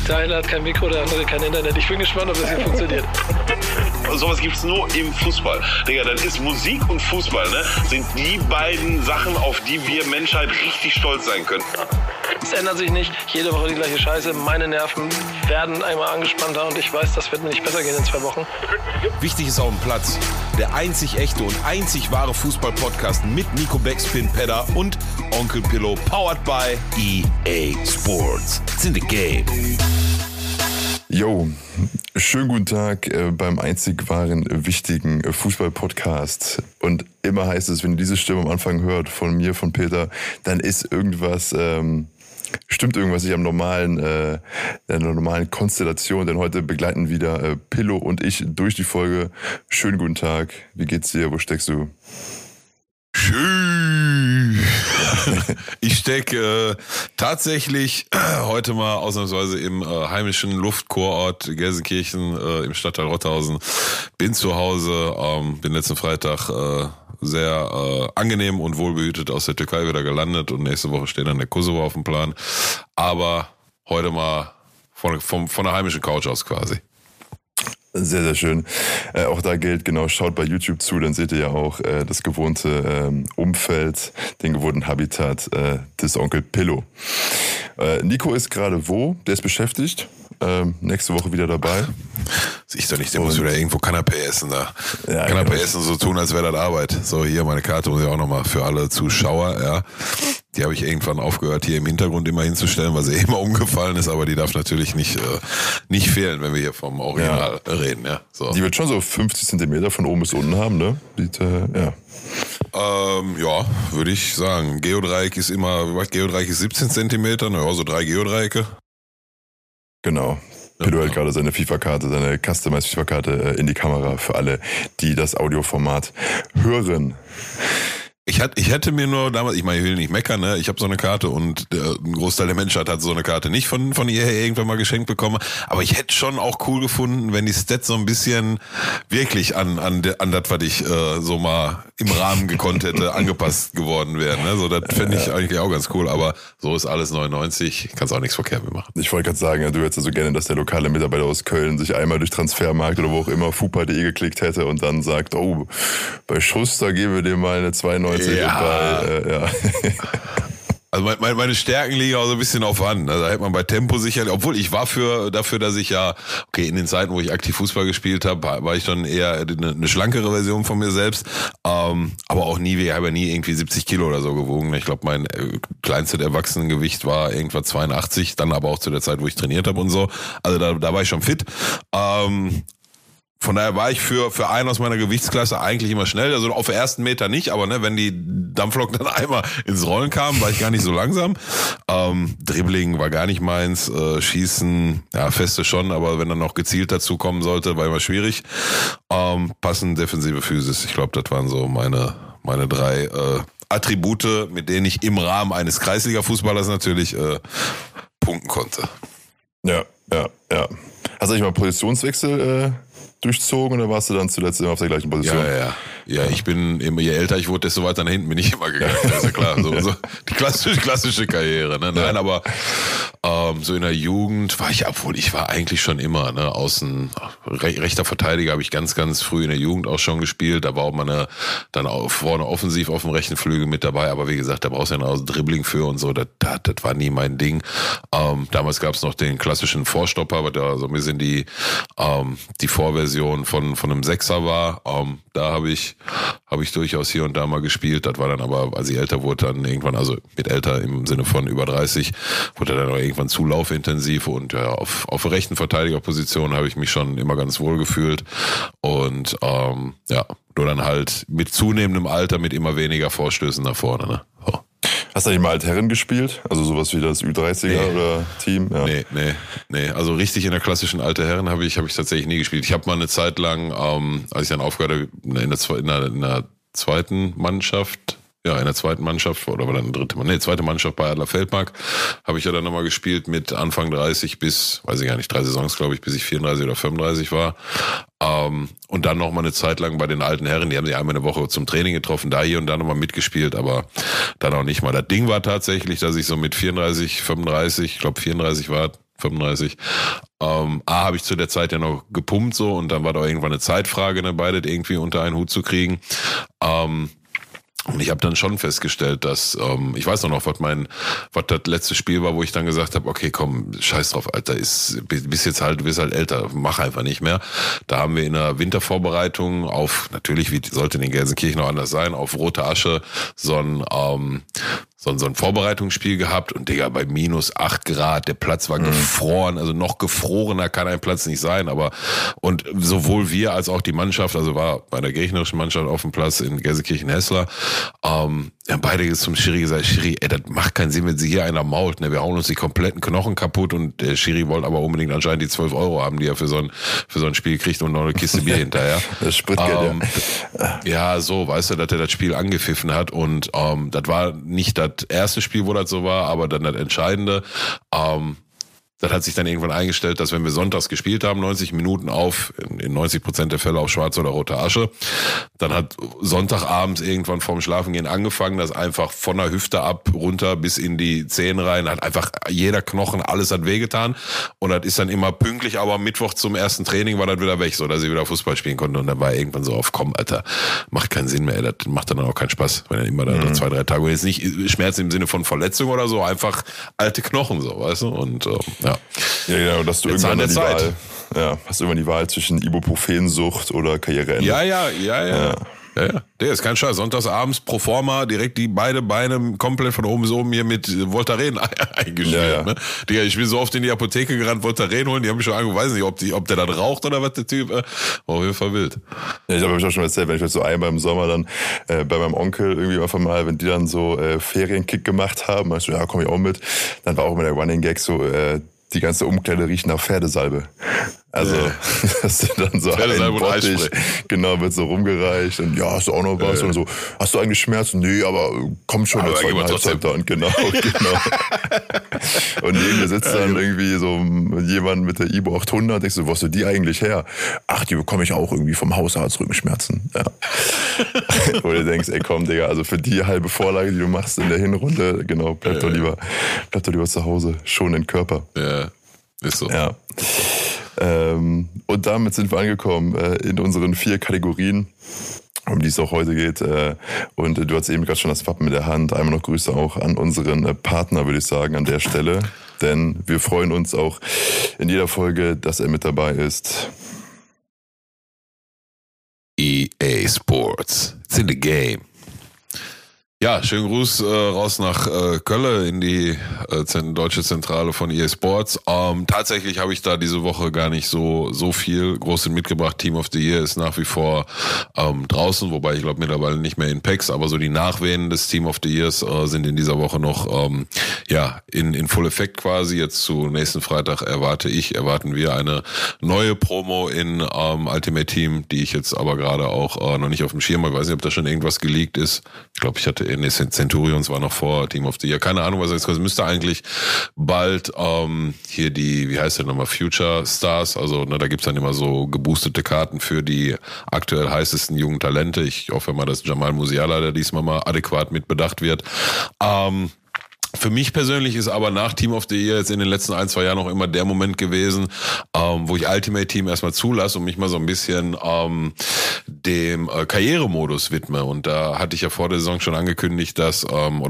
Der eine hat kein Mikro, der andere kein Internet. Ich bin gespannt, ob das hier funktioniert. Sowas gibt's nur im Fußball. Digga, dann ist Musik und Fußball, ne, sind die beiden Sachen, auf die wir Menschheit richtig stolz sein können. Es ändert sich nicht. Jede Woche die gleiche Scheiße. Meine Nerven werden einmal angespannter und ich weiß, das wird mir nicht besser gehen in 2 Wochen. Wichtig ist auf dem Platz. Der einzig echte und einzig wahre Fußball-Podcast mit Nico Backspin, Pedder und Onkel Pillow. Powered by EA Sports. It's in the game. Yo, schönen guten Tag beim einzig wahren, wichtigen Fußball-Podcast. Und immer heißt es, wenn ihr diese Stimme am Anfang hört, von mir, von Peter, dann ist irgendwas, stimmt irgendwas nicht der normalen Konstellation. Denn heute begleiten wieder Pillow und ich durch die Folge. Schönen guten Tag, wie geht's dir, wo steckst du? Schön. Ich stecke tatsächlich heute mal ausnahmsweise im heimischen Luftkurort Gelsenkirchen im Stadtteil Rothausen. Bin zu Hause, bin letzten Freitag sehr angenehm und wohlbehütet aus der Türkei wieder gelandet und nächste Woche steht dann der Kosovo auf dem Plan. Aber heute mal von der heimischen Couch aus quasi. Sehr, sehr schön. Auch da gilt, genau, schaut bei YouTube zu, dann seht ihr ja auch das gewohnte Umfeld, den gewohnten Habitat des Onkel Pillow. Nico ist gerade wo? Der ist beschäftigt. Nächste Woche wieder dabei. Ich doch nicht, der muss wieder irgendwo Kanapé essen da. Ja, Kanapé genau. Essen, so tun, als wäre das Arbeit. So, hier meine Karte muss ich auch nochmal für alle Zuschauer, ja. Die habe ich irgendwann aufgehört, hier im Hintergrund immer hinzustellen, weil sie immer umgefallen ist, aber die darf natürlich nicht fehlen, wenn wir hier vom Original reden, ja. So. Die wird schon so 50 Zentimeter von oben bis unten haben, ne? Ja. Ja, würde ich sagen. Geodreieck ist 17 Zentimeter, naja, so 3 Geodreiecke. Genau. Pedro hält gerade seine FIFA-Karte, seine Customized FIFA-Karte in die Kamera für alle, die das Audioformat hören. Ich hätte mir nur damals, ich meine, ich will nicht meckern, ne? Ich habe so eine Karte und ein Großteil der Menschheit hat so eine Karte nicht von ihr irgendwann mal geschenkt bekommen. Aber ich hätte schon auch cool gefunden, wenn die Stats so ein bisschen wirklich an das, was ich so mal im Rahmen gekonnt hätte, angepasst geworden wären. Ne? So, das fände ich eigentlich auch ganz cool. Aber so ist alles 99, kannst auch nichts verkehrt mit machen. Ich wollte gerade sagen, du hättest also gerne, dass der lokale Mitarbeiter aus Köln sich einmal durch Transfermarkt oder wo auch immer fupa.de geklickt hätte und dann sagt, oh, bei Schuster geben wir dir mal eine 92. Ja. Ja. Also meine Stärken liegen auch so ein bisschen auf Hand. Also da hätte man bei Tempo sicherlich, obwohl ich war dafür, dass ich ja, okay, in den Zeiten, wo ich aktiv Fußball gespielt habe, war ich dann eher eine schlankere Version von mir selbst. Aber auch nie, ich habe ja nie irgendwie 70 Kilo oder so gewogen. Ich glaube, mein kleinstes Erwachsenengewicht war irgendwas 82, dann aber auch zu der Zeit, wo ich trainiert habe und so. Also da war ich schon fit. Von daher war ich für einen aus meiner Gewichtsklasse eigentlich immer schnell. Also auf den ersten Meter nicht, aber ne, wenn die Dampflok dann einmal ins Rollen kamen, war ich gar nicht so langsam. Dribbling war gar nicht meins. Schießen, ja, feste schon, aber wenn dann noch gezielt dazu kommen sollte, war immer schwierig. Passend defensive Physis. Ich glaube, das waren so meine 3 Attribute, mit denen ich im Rahmen eines Kreisliga-Fußballers natürlich punkten konnte. Ja. Hast du eigentlich mal Positionswechsel durchzogen oder warst du dann zuletzt immer auf der gleichen Position? Ja, ich bin immer, je älter ich wurde, desto weiter nach hinten bin ich immer gegangen. Das ist ja klar. So die klassische Karriere. Ne? Nein, aber so in der Jugend war ich, obwohl ich war eigentlich schon immer, ne, außen, rechter Verteidiger habe ich ganz, ganz früh in der Jugend auch schon gespielt. Da war auch mal dann auch vorne offensiv auf dem rechten Flügel mit dabei. Aber wie gesagt, da brauchst du ja noch Dribbling für und so. Das war nie mein Ding. Damals gab es noch den klassischen Vorstopper, aber da so ein bisschen die Vorversion von einem Sechser war. Da habe ich durchaus hier und da mal gespielt. Das war dann aber, als ich älter wurde, dann irgendwann, also mit älter im Sinne von über 30, wurde dann auch irgendwann zu laufintensiv und ja, auf der rechten Verteidigerposition habe ich mich schon immer ganz wohl gefühlt und nur dann halt mit zunehmendem Alter mit immer weniger Vorstößen nach vorne. Ne? Oh. Hast du nicht mal Altherren gespielt? Also sowas wie das Ü30er oder Team? Ja. Nee. Also richtig in der klassischen Alte Herren habe ich tatsächlich nie gespielt. Ich habe mal eine Zeit lang, als ich dann aufgehört habe, in der zweiten Mannschaft, in der zweiten Mannschaft, oder war dann zweite Mannschaft bei Adler Feldmark, habe ich ja dann nochmal gespielt mit Anfang 30 bis, weiß ich gar nicht, 3 Saisons, glaube ich, bis ich 34 oder 35 war. Und dann nochmal eine Zeit lang bei den alten Herren, die haben sich einmal eine Woche zum Training getroffen, da hier und da nochmal mitgespielt, aber dann auch nicht mal. Das Ding war tatsächlich, dass ich so mit 34, 35, ich glaube 34 war, 35. Habe ich zu der Zeit ja noch gepumpt so und dann war da irgendwann eine Zeitfrage, ne, beide irgendwie unter einen Hut zu kriegen. Und ich habe dann schon festgestellt, dass, ich weiß noch, was das letzte Spiel war, wo ich dann gesagt habe, okay, komm, scheiß drauf, Alter, du bist halt älter, mach einfach nicht mehr. Da haben wir in der Wintervorbereitung auf, natürlich, wie sollte in den Gelsenkirchen noch anders sein, auf Rote Asche so ein Vorbereitungsspiel gehabt und Digga, bei minus 8 Grad, der Platz war gefroren, also noch gefrorener kann ein Platz nicht sein, und sowohl wir als auch die Mannschaft, also war bei der gegnerischen Mannschaft auf dem Platz in Gelsenkirchen-Hessler, haben beide zum Schiri gesagt, Schiri, ey, das macht keinen Sinn, wenn sie hier einer mault, ne, wir hauen uns die kompletten Knochen kaputt und der Schiri wollte aber unbedingt anscheinend die 12 € haben, die er für so ein Spiel kriegt und noch eine Kiste Bier hinterher. Das Spritgeld, ja, so, weißt du, dass er das Spiel angepfiffen hat und das war nicht das erste Spiel, wo das so war, aber dann das Entscheidende. Das hat sich dann irgendwann eingestellt, dass wenn wir sonntags gespielt haben, 90 Minuten in 90% der Fälle auf schwarze oder rote Asche, dann hat Sonntagabends irgendwann vorm Schlafengehen angefangen, das einfach von der Hüfte ab runter bis in die Zehen rein, hat einfach jeder Knochen, alles hat wehgetan und das ist dann immer pünktlich, aber am Mittwoch zum ersten Training war das wieder weg, so dass ich wieder Fußball spielen konnte und dann war irgendwann so auf, komm, Alter, macht keinen Sinn mehr, das macht dann auch keinen Spaß, wenn er immer da 2-3 Tage, und jetzt nicht Schmerzen im Sinne von Verletzung oder so, einfach alte Knochen so, weißt du, und ja. Ja, genau, dass du irgendwann hast du immer die Wahl zwischen Ibuprofensucht oder Karriereende. Ja. Der ist kein Scheiß. Sonntagsabends pro forma direkt die beide Beine komplett von oben bis oben hier mit Voltaren eingeschmiert. Ne? Digga, ich bin so oft in die Apotheke gerannt, Voltaren holen, die haben mich schon angeguckt, weiß nicht, ob der das raucht oder was der Typ. Auf jeden Fall wild. Ja, ich habe euch auch schon erzählt, wenn ich jetzt so einmal im Sommer dann bei meinem Onkel irgendwie einfach mal, wenn die dann so Ferienkick gemacht haben, also ja, komm ich auch mit, dann war auch immer der Running Gag so, die ganze Umkleide riecht nach Pferdesalbe. Also, das ist dann so ein Bottich, genau, wird so rumgereicht und ja, hast du auch noch was? Oder so, hast du eigentlich Schmerzen? Nee, aber kommt schon der zweiten Halbzeit dann. Genau. Und neben mir sitzt dann irgendwie so jemand mit der Ibo 800, denkst du, wo hast du die eigentlich her? Ach, die bekomme ich auch irgendwie vom Hausarzt, Rückenschmerzen. Ja. Wo du denkst, ey komm, Digga, also für die halbe Vorlage, die du machst in der Hinrunde, genau, bleib doch lieber zu Hause, schon den Körper. Ja, ist so. Ja. Und damit sind wir angekommen in unseren 4 Kategorien, um die es auch heute geht. Und du hast eben gerade schon das Wappen mit der Hand. Einmal noch Grüße auch an unseren Partner, würde ich sagen, an der Stelle. Denn wir freuen uns auch in jeder Folge, dass er mit dabei ist. EA Sports. It's in the game. Ja, schönen Gruß raus nach Köln in die deutsche Zentrale von EA Sports. Tatsächlich habe ich da diese Woche gar nicht so viel Großes mitgebracht. Team of the Year ist nach wie vor draußen, wobei ich glaube mittlerweile nicht mehr in PAX, aber so die Nachwehen des Team of the Years sind in dieser Woche noch in Full Effekt quasi. Jetzt zu nächsten Freitag erwarten wir eine neue Promo in Ultimate Team, die ich jetzt aber gerade auch noch nicht auf dem Schirm habe. Ich weiß nicht, ob da schon irgendwas geleakt ist. Ich glaube, ich hatte Centurions war noch vor Team of the Year. Keine Ahnung, was jetzt kommt. Müsste eigentlich bald hier die, wie heißt der nochmal, Future Stars, also da gibt's dann immer so geboostete Karten für die aktuell heißesten jungen Talente. Ich hoffe mal, dass Jamal Musiala da diesmal mal adäquat mit bedacht wird. Für mich persönlich ist aber nach Team of the Year jetzt in den letzten 1-2 Jahren noch immer der Moment gewesen, wo ich Ultimate Team erstmal zulasse und mich mal so ein bisschen dem Karrieremodus widme. Und da hatte ich ja vor der Saison schon angekündigt, dass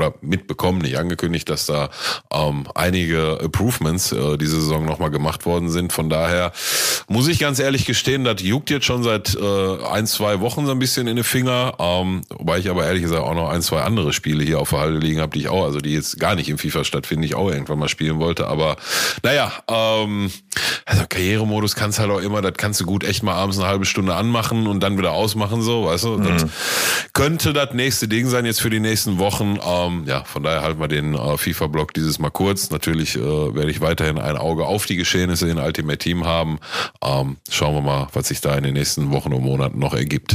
dass da einige Improvements diese Saison nochmal gemacht worden sind. Von daher muss ich ganz ehrlich gestehen, das juckt jetzt schon seit 1-2 Wochen so ein bisschen in den Finger. Wobei ich aber ehrlich gesagt auch noch 1-2 andere Spiele hier auf der Halde liegen habe, die jetzt gar nicht im FIFA stattfinden, ich auch irgendwann mal spielen wollte, aber naja, also Karrieremodus kannst halt auch immer, das kannst du gut echt mal abends eine halbe Stunde anmachen und dann wieder ausmachen, so, weißt du, das könnte das nächste Ding sein jetzt für die nächsten Wochen, von daher halten wir den FIFA-Blog dieses Mal kurz, natürlich werde ich weiterhin ein Auge auf die Geschehnisse in Ultimate Team haben, schauen wir mal, was sich da in den nächsten Wochen und Monaten noch ergibt.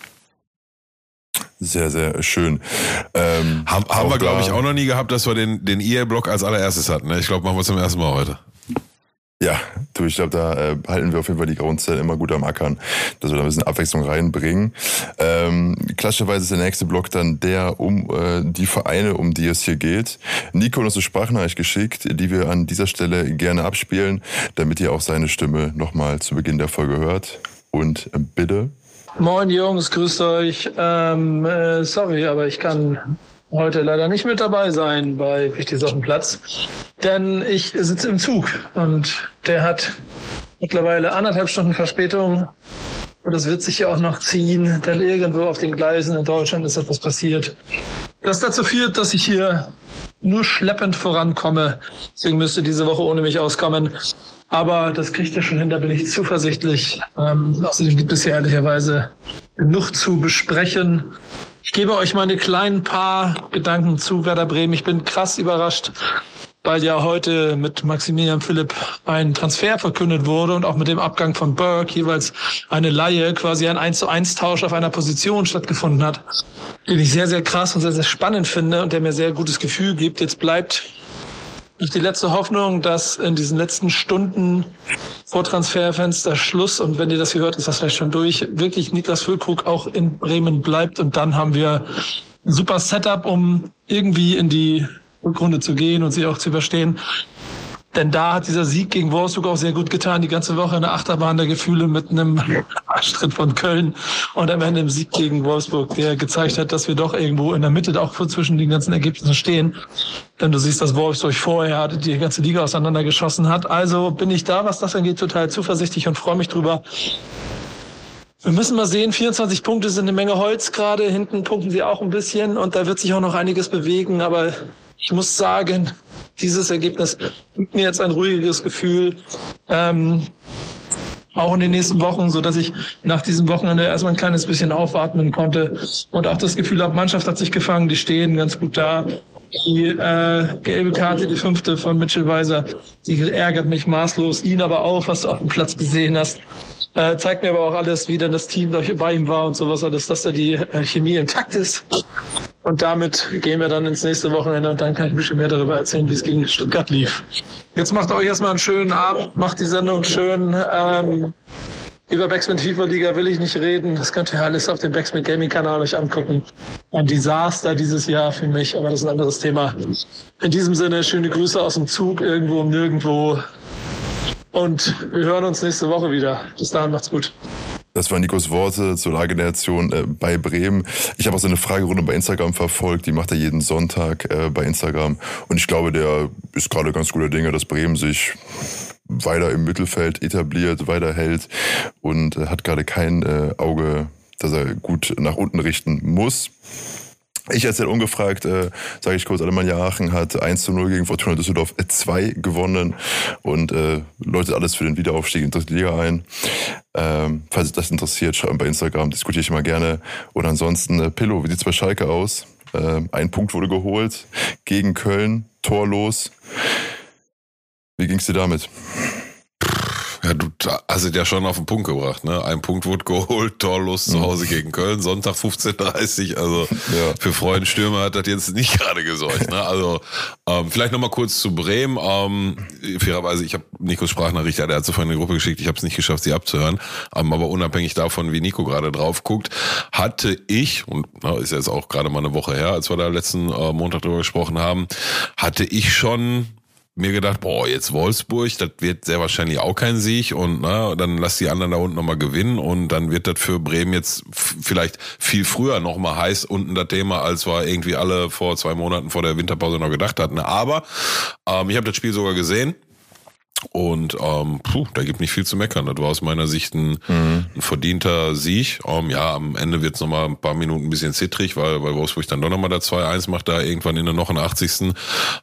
Sehr, sehr schön. Haben wir, glaube ich, auch noch nie gehabt, dass wir den EA-Blog als allererstes hatten. Ne? Ich glaube, machen wir zum ersten Mal heute. Ja, Du, ich glaube, da halten wir auf jeden Fall die grauen Zellen immer gut am Ackern, dass wir da ein bisschen Abwechslung reinbringen. Klassischerweise ist der nächste Block dann der um die Vereine, um die es hier geht. Nico hat uns eine Sprachnachricht geschickt, die wir an dieser Stelle gerne abspielen, damit ihr auch seine Stimme nochmal zu Beginn der Folge hört. Und bitte. Moin Jungs, grüßt euch. Sorry, aber ich kann heute leider nicht mit dabei sein bei Wichtig auf dem Platz, denn ich sitze im Zug und der hat mittlerweile 1,5 Stunden Verspätung und das wird sich ja auch noch ziehen, denn irgendwo auf den Gleisen in Deutschland ist etwas passiert, das dazu führt, dass ich hier nur schleppend vorankomme. Deswegen müsste diese Woche ohne mich auskommen. Aber das kriegt ihr schon hin, da bin ich zuversichtlich. Außerdem gibt es ja ehrlicherweise genug zu besprechen. Ich gebe euch meine kleinen paar Gedanken zu Werder Bremen. Ich bin krass überrascht, weil ja heute mit Maximilian Philipp ein Transfer verkündet wurde und auch mit dem Abgang von Burke jeweils eine Leihe, quasi ein 1:1 Tausch auf einer Position stattgefunden hat, den ich sehr, sehr krass und sehr, sehr spannend finde und der mir sehr gutes Gefühl gibt. Jetzt bleibt die letzte Hoffnung, dass in diesen letzten Stunden vor Transferfenster Schluss, und wenn ihr das hier hört, ist das vielleicht schon durch, wirklich Niklas Füllkrug auch in Bremen bleibt und dann haben wir ein super Setup, um irgendwie in die Rückrunde zu gehen und sie auch zu überstehen. Denn da hat dieser Sieg gegen Wolfsburg auch sehr gut getan. Die ganze Woche eine Achterbahn der Gefühle mit einem Arschtritt von Köln und am Ende im Sieg gegen Wolfsburg, der gezeigt hat, dass wir doch irgendwo in der Mitte auch zwischen den ganzen Ergebnissen stehen. Denn du siehst, dass Wolfsburg vorher die ganze Liga auseinandergeschossen hat. Also bin ich da, was das angeht, total zuversichtlich und freue mich drüber. Wir müssen mal sehen, 24 Punkte sind eine Menge Holz gerade. Hinten punkten sie auch ein bisschen und da wird sich auch noch einiges bewegen. Aber ich muss sagen, dieses Ergebnis gibt mir jetzt ein ruhiges Gefühl, auch in den nächsten Wochen, so dass ich nach diesem Wochenende erstmal ein kleines bisschen aufatmen konnte und auch das Gefühl habe, Mannschaft hat sich gefangen, die stehen ganz gut da. Die gelbe Karte, die 5. von Mitchell Weiser, die ärgert mich maßlos, ihn aber auch, was du auf dem Platz gesehen hast. Zeigt mir aber auch alles, wie dann das Team bei ihm war und sowas alles, dass da die Chemie intakt ist. Und damit gehen wir dann ins nächste Wochenende und dann kann ich ein bisschen mehr darüber erzählen, wie es gegen Stuttgart lief. Jetzt macht euch erstmal einen schönen Abend, macht die Sendung schön. Über Backspin FIFA Liga will ich nicht reden. Das könnt ihr alles auf dem Backspin Gaming Kanal euch angucken. Ein Desaster dieses Jahr für mich, aber das ist ein anderes Thema. In diesem Sinne, schöne Grüße aus dem Zug, irgendwo um nirgendwo. Und wir hören uns nächste Woche wieder. Bis dahin, macht's gut. Das waren Nikos Worte zur Lagenation bei Bremen. Ich habe auch seine Fragerunde bei Instagram verfolgt. Die macht er jeden Sonntag bei Instagram. Und ich glaube, der ist gerade ganz guter Dinge, dass Bremen sich weiter im Mittelfeld etabliert, weiterhält und hat gerade kein Auge, das er gut nach unten richten muss. Ich erzähle ungefragt, sage ich kurz, Alemannia Aachen hat 1:0 gegen Fortuna Düsseldorf 2 gewonnen und läutet alles für den Wiederaufstieg in die 3. Liga ein. Falls euch das interessiert, schreibt bei Instagram, diskutiere ich immer gerne. Und ansonsten, Pillow, wie sieht's bei Schalke aus? Ein Punkt wurde geholt gegen Köln, torlos. Wie ging's dir damit? Ja, du hast es ja schon auf den Punkt gebracht, ne? Ein Punkt wurde geholt, torlos zu Hause gegen Köln, Sonntag 15:30, also ja. Für Freund Stürmer hat das jetzt nicht gerade gesorgt, ne? Also vielleicht nochmal kurz zu Bremen. Fairerweise, ich habe Nikos Sprachnachricht, der hat sofort in die Gruppe geschickt, ich habe es nicht geschafft, sie abzuhören, aber unabhängig davon, wie Nico gerade drauf guckt, hatte ich, und ist jetzt auch gerade mal eine Woche her, als wir da letzten Montag drüber gesprochen haben, hatte ich schon mir gedacht, jetzt Wolfsburg, das wird sehr wahrscheinlich auch kein Sieg und dann lass die anderen da unten nochmal gewinnen und dann wird das für Bremen jetzt vielleicht viel früher nochmal heiß unten das Thema, als wir irgendwie alle vor 2 Monaten vor der Winterpause noch gedacht hatten. Aber ich habe das Spiel sogar gesehen. Und da gibt nicht viel zu meckern. Das war aus meiner Sicht ein verdienter Sieg. Am Ende wird's nochmal ein paar Minuten ein bisschen zittrig, weil Wolfsburg dann doch nochmal da 2:1 macht, da irgendwann in der noch 80.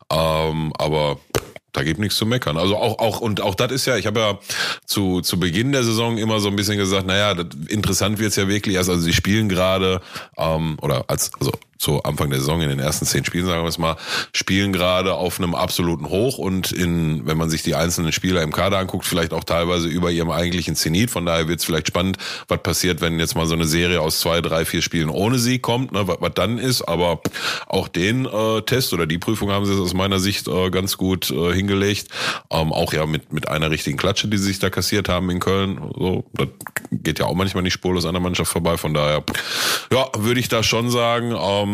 Aber da gibt nichts zu meckern. Also auch das ist ja, ich habe ja zu Beginn der Saison immer so ein bisschen gesagt, interessant wird's ja wirklich, also sie spielen gerade, so Anfang der Saison in den ersten 10 Spielen, sagen wir es mal, spielen gerade auf einem absoluten Hoch und wenn man sich die einzelnen Spieler im Kader anguckt, vielleicht auch teilweise über ihrem eigentlichen Zenit. Von daher wird es vielleicht spannend, was passiert, wenn jetzt mal so eine Serie aus 2, 3, 4 Spielen ohne Sieg kommt, ne, was dann ist. Aber auch den Test oder die Prüfung haben sie aus meiner Sicht ganz gut hingelegt. Auch ja mit einer richtigen Klatsche, die sie sich da kassiert haben in Köln. So, das geht ja auch manchmal nicht spurlos an der Mannschaft vorbei. Von daher, ja, würde ich da schon sagen,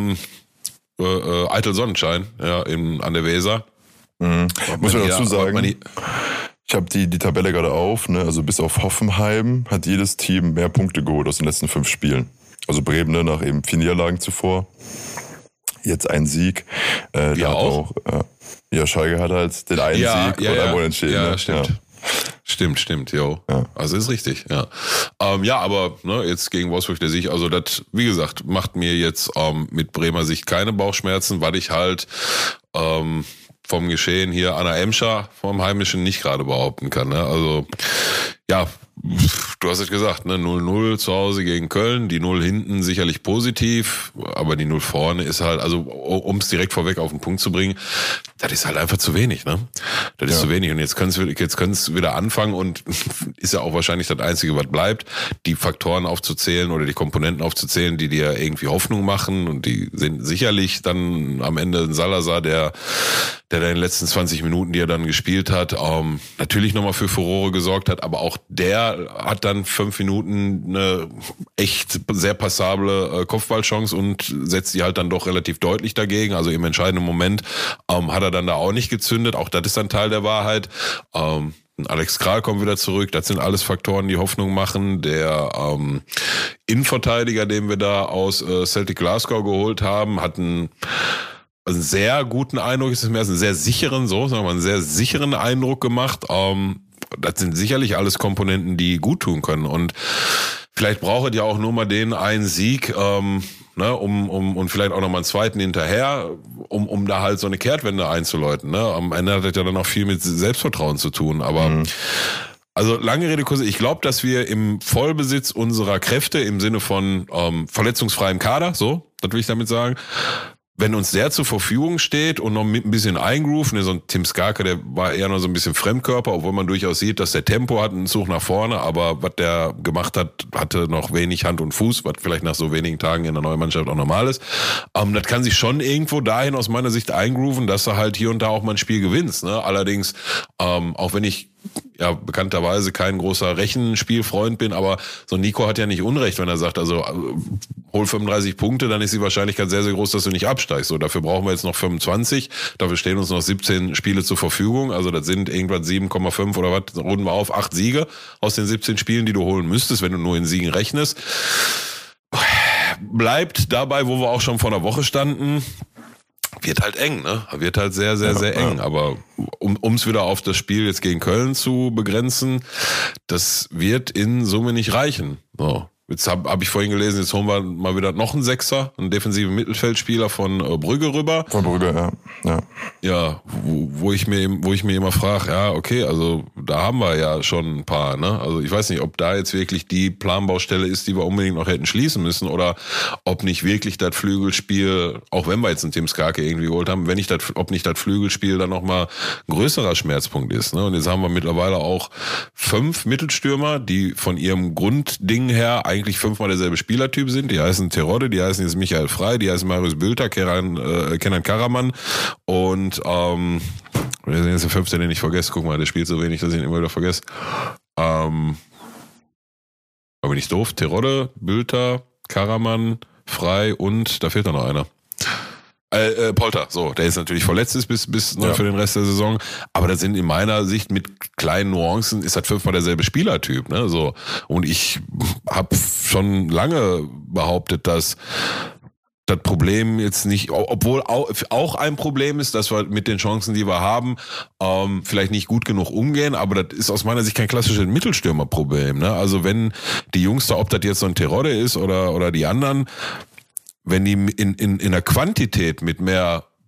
eitel Sonnenschein, ja, an der Weser. Muss man dazu sagen, ich habe die Tabelle gerade auf, ne? Also bis auf Hoffenheim hat jedes Team mehr Punkte geholt aus den letzten 5 Spielen. Also Bremen, ne, nach eben 4 Niederlagen zuvor. Jetzt ein Sieg. Ja, auch. Schalke hat halt den einen Sieg und einmal entschieden. Ja, ne? stimmt. Ja. Stimmt, jo. Ja. Also ist richtig, ja. Ja, aber ne, jetzt gegen Wolfsburg der Sieg, also das, wie gesagt, macht mir jetzt mit Bremer Sicht keine Bauchschmerzen, weil ich halt vom Geschehen hier Anna Emscher vom Heimischen nicht gerade behaupten kann. Ne? Also ja, du hast es gesagt, ne, 0-0 zu Hause gegen Köln, die 0 hinten sicherlich positiv, aber die 0 vorne ist halt, also um es direkt vorweg auf den Punkt zu bringen, das ist halt einfach zu wenig, ne? Das ist zu wenig und jetzt können es wieder anfangen und ist ja auch wahrscheinlich das Einzige, was bleibt, die Faktoren aufzuzählen oder die Komponenten aufzuzählen, die dir irgendwie Hoffnung machen und die sind sicherlich dann am Ende ein Salazar, der in den letzten 20 Minuten, die er dann gespielt hat, natürlich nochmal für Furore gesorgt hat, aber auch der hat dann 5 Minuten eine echt sehr passable Kopfballchance und setzt die halt dann doch relativ deutlich dagegen. Also im entscheidenden Moment hat er dann da auch nicht gezündet. Auch das ist dann Teil der Wahrheit. Alex Kral kommt wieder zurück. Das sind alles Faktoren, die Hoffnung machen. Der Innenverteidiger, den wir da aus Celtic Glasgow geholt haben, hat einen sehr guten Eindruck, ist es mehr einen sehr sicheren, einen sehr sicheren Eindruck gemacht. Das sind sicherlich alles Komponenten, die gut tun können. Und vielleicht braucht ihr ja auch nur mal den einen Sieg, ne, und vielleicht auch nochmal einen zweiten hinterher, um da halt so eine Kehrtwende einzuläuten. Ne? Am Ende hat das ja dann auch viel mit Selbstvertrauen zu tun. Aber also lange Rede, kurz, ich glaube, dass wir im Vollbesitz unserer Kräfte im Sinne von verletzungsfreiem Kader, so, das will ich damit sagen, wenn uns der zur Verfügung steht und noch mit ein bisschen Eingroove, ne, so ein Tim Skarke, der war eher noch so ein bisschen Fremdkörper, obwohl man durchaus sieht, dass der Tempo hat, einen Zug nach vorne, aber was der gemacht hat, hatte noch wenig Hand und Fuß, was vielleicht nach so wenigen Tagen in der neuen Mannschaft auch normal ist. Das kann sich schon irgendwo dahin aus meiner Sicht eingrooven, dass er halt hier und da auch mal ein Spiel gewinnst. Ne? Allerdings, auch wenn ich ja bekannterweise kein großer Rechenspielfreund bin, aber so Nico hat ja nicht Unrecht, wenn er sagt, also hol 35 Punkte, dann ist die Wahrscheinlichkeit sehr, sehr groß, dass du nicht absteigst. So, dafür brauchen wir jetzt noch 25, dafür stehen uns noch 17 Spiele zur Verfügung, also das sind irgendwas 7,5 oder was, runden wir auf, 8 Siege aus den 17 Spielen, die du holen müsstest, wenn du nur in Siegen rechnest. Bleibt dabei, wo wir auch schon vor einer Woche standen, wird halt eng, ne? Wird halt sehr, sehr, sehr eng. Aber um es wieder auf das Spiel jetzt gegen Köln zu begrenzen, das wird in Summe nicht reichen. So. Jetzt hab ich vorhin gelesen, jetzt holen wir mal wieder noch einen Sechser, einen defensiven Mittelfeldspieler von Brügge rüber. Von Brügge, ja. Ja, wo ich mir immer frage, ja, okay, also da haben wir ja schon ein paar, ne? Also ich weiß nicht, ob da jetzt wirklich die Planbaustelle ist, die wir unbedingt noch hätten schließen müssen oder ob nicht wirklich das Flügelspiel, auch wenn wir jetzt einen Tim Skarke irgendwie geholt haben, ob nicht das Flügelspiel dann nochmal ein größerer Schmerzpunkt ist, ne? Und jetzt haben wir mittlerweile auch 5 Mittelstürmer, die von ihrem Grundding her eigentlich 5-mal derselbe Spielertyp sind. Die heißen Terodde, die heißen jetzt Michael Frey, die heißen Marius Bülter, Kenan Karaman und wer ist der 5., den ich vergesse? Guck mal, der spielt so wenig, dass ich ihn immer wieder vergesse. Aber bin ich doof? Terodde, Bülter, Karaman, Frey und da fehlt noch einer. Polter, so, der ist natürlich verletzt ist bis für den Rest der Saison, aber das sind in meiner Sicht mit kleinen Nuancen, ist das 5-mal derselbe Spielertyp, ne, so. Und ich habe schon lange behauptet, dass das Problem jetzt nicht, obwohl auch ein Problem ist, dass wir mit den Chancen, die wir haben, vielleicht nicht gut genug umgehen, aber das ist aus meiner Sicht kein klassisches Mittelstürmerproblem, ne, also wenn die Jungs da, ob das jetzt so ein Terodde ist oder die anderen, wenn die in der Quantität mit mehr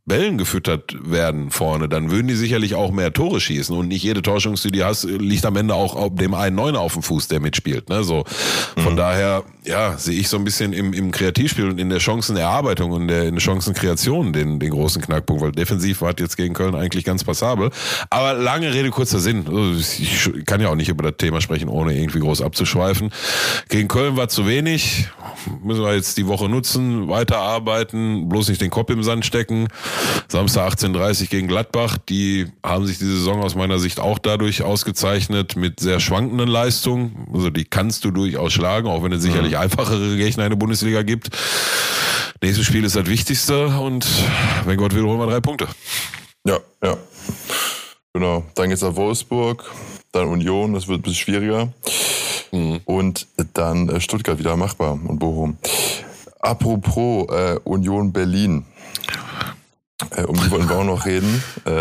Bällen gefüttert werden vorne, dann würden die sicherlich auch mehr Tore schießen und nicht jede Torchance, die du hast, liegt am Ende auch auf dem einen Neuner auf dem Fuß, der mitspielt. Ne? So, von daher, ja, sehe ich so ein bisschen im Kreativspiel und in der Chancenerarbeitung und in der Chancenkreation den großen Knackpunkt, weil defensiv war jetzt gegen Köln eigentlich ganz passabel. Aber lange Rede, kurzer Sinn. Ich kann ja auch nicht über das Thema sprechen, ohne irgendwie groß abzuschweifen. Gegen Köln war zu wenig. Müssen wir jetzt die Woche nutzen, weiterarbeiten, bloß nicht den Kopf im Sand stecken. Samstag 18:30 gegen Gladbach, die haben sich die Saison aus meiner Sicht auch dadurch ausgezeichnet mit sehr schwankenden Leistungen. Also die kannst du durchaus schlagen, auch wenn es sicherlich einfachere Gegner in der Bundesliga gibt. Nächstes Spiel ist das Wichtigste und wenn Gott will, holen wir 3 Punkte. Ja. Genau. Dann geht's nach Wolfsburg, dann Union, das wird ein bisschen schwieriger. Und dann Stuttgart wieder machbar und Bochum. Apropos Union Berlin. Um die wollen wir auch noch reden.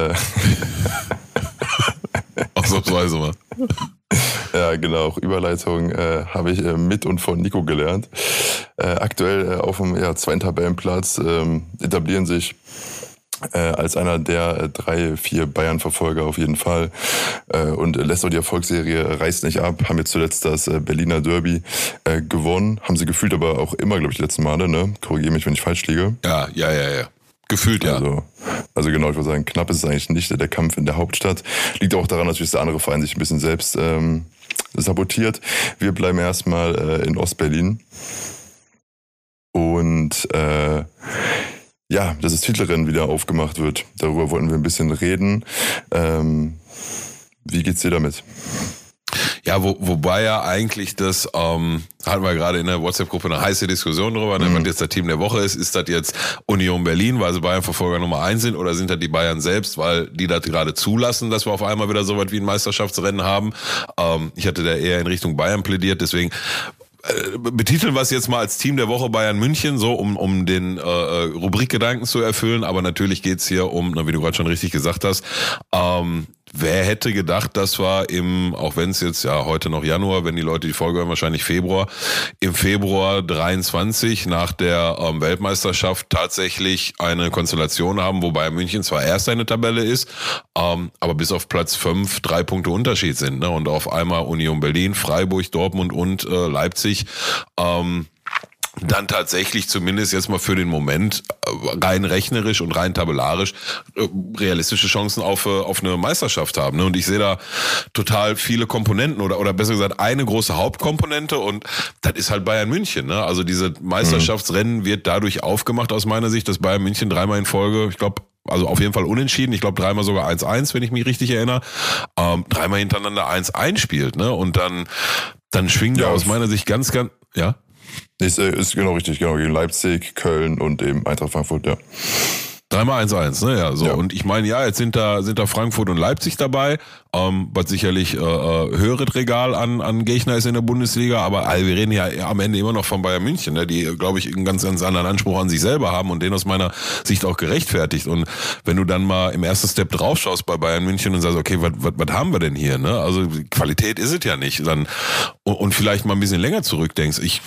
Ausnahmsweise mal. Ja, genau. Überleitung habe ich mit und von Nico gelernt. Aktuell auf dem 2. Tabellenplatz etablieren sich als einer der 3-4 Bayern-Verfolger auf jeden Fall. Und lässt auch die Erfolgsserie, reißt nicht ab. Haben jetzt zuletzt das Berliner Derby gewonnen. Haben sie gefühlt aber auch immer, glaube ich, die letzten Male. Ne? Korrigiere mich, wenn ich falsch liege. Ja. Gefühlt, ja. Also genau, ich würde sagen, knapp ist es eigentlich nicht der Kampf in der Hauptstadt. Liegt auch daran, dass der andere Verein sich ein bisschen selbst sabotiert. Wir bleiben erstmal in Ostberlin. Und dass das Titelrennen wieder aufgemacht wird. Darüber wollten wir ein bisschen reden. Wie geht's dir damit? Ja, wobei ja eigentlich das, hatten wir gerade in der WhatsApp-Gruppe eine heiße Diskussion darüber, was jetzt das Team der Woche ist das jetzt Union Berlin, weil sie Bayern-Verfolger Nummer 1 sind, oder sind das die Bayern selbst, weil die das gerade zulassen, dass wir auf einmal wieder so weit wie ein Meisterschaftsrennen haben. Ich hatte da eher in Richtung Bayern plädiert, deswegen betiteln wir es jetzt mal als Team der Woche Bayern München, so um den Rubrikgedanken zu erfüllen, aber natürlich geht's hier um, wie du gerade schon richtig gesagt hast, wer hätte gedacht, dass wir auch wenn es jetzt heute noch Januar, wenn die Leute die Folge hören, wahrscheinlich Februar, im Februar 23 nach der Weltmeisterschaft tatsächlich eine Konstellation haben, wo Bayern München zwar erster in der Tabelle ist, aber bis auf Platz 5 3 Punkte Unterschied sind, ne? Und auf einmal Union Berlin, Freiburg, Dortmund und Leipzig dann tatsächlich zumindest jetzt mal für den Moment rein rechnerisch und rein tabellarisch realistische Chancen auf eine Meisterschaft haben. Und ich sehe da total viele Komponenten oder besser gesagt eine große Hauptkomponente, und das ist halt Bayern München. Ne? Also diese Meisterschaftsrennen wird dadurch aufgemacht aus meiner Sicht, dass Bayern München 3-mal in Folge, ich glaube, also auf jeden Fall unentschieden, ich glaube 3-mal sogar 1-1, wenn ich mich richtig erinnere, 3-mal hintereinander 1-1 spielt. Ne? Und dann schwingt ja aus meiner Sicht ganz, ja. Ist genau richtig, genau, gegen Leipzig, Köln und eben Eintracht Frankfurt, ja. 3-mal 1-1, ne? Ja, so. Ja. Und ich meine, jetzt sind da Frankfurt und Leipzig dabei, was sicherlich höheres Regal an Gegner ist in der Bundesliga, aber wir reden ja am Ende immer noch von Bayern München, ne? Die, glaube ich, einen ganz, ganz anderen Anspruch an sich selber haben und den aus meiner Sicht auch gerechtfertigt. Und wenn du dann mal im ersten Step draufschaust bei Bayern München und sagst, okay, was haben wir denn hier? Ne? Also Qualität ist es ja nicht. Und vielleicht mal ein bisschen länger zurückdenkst. Ich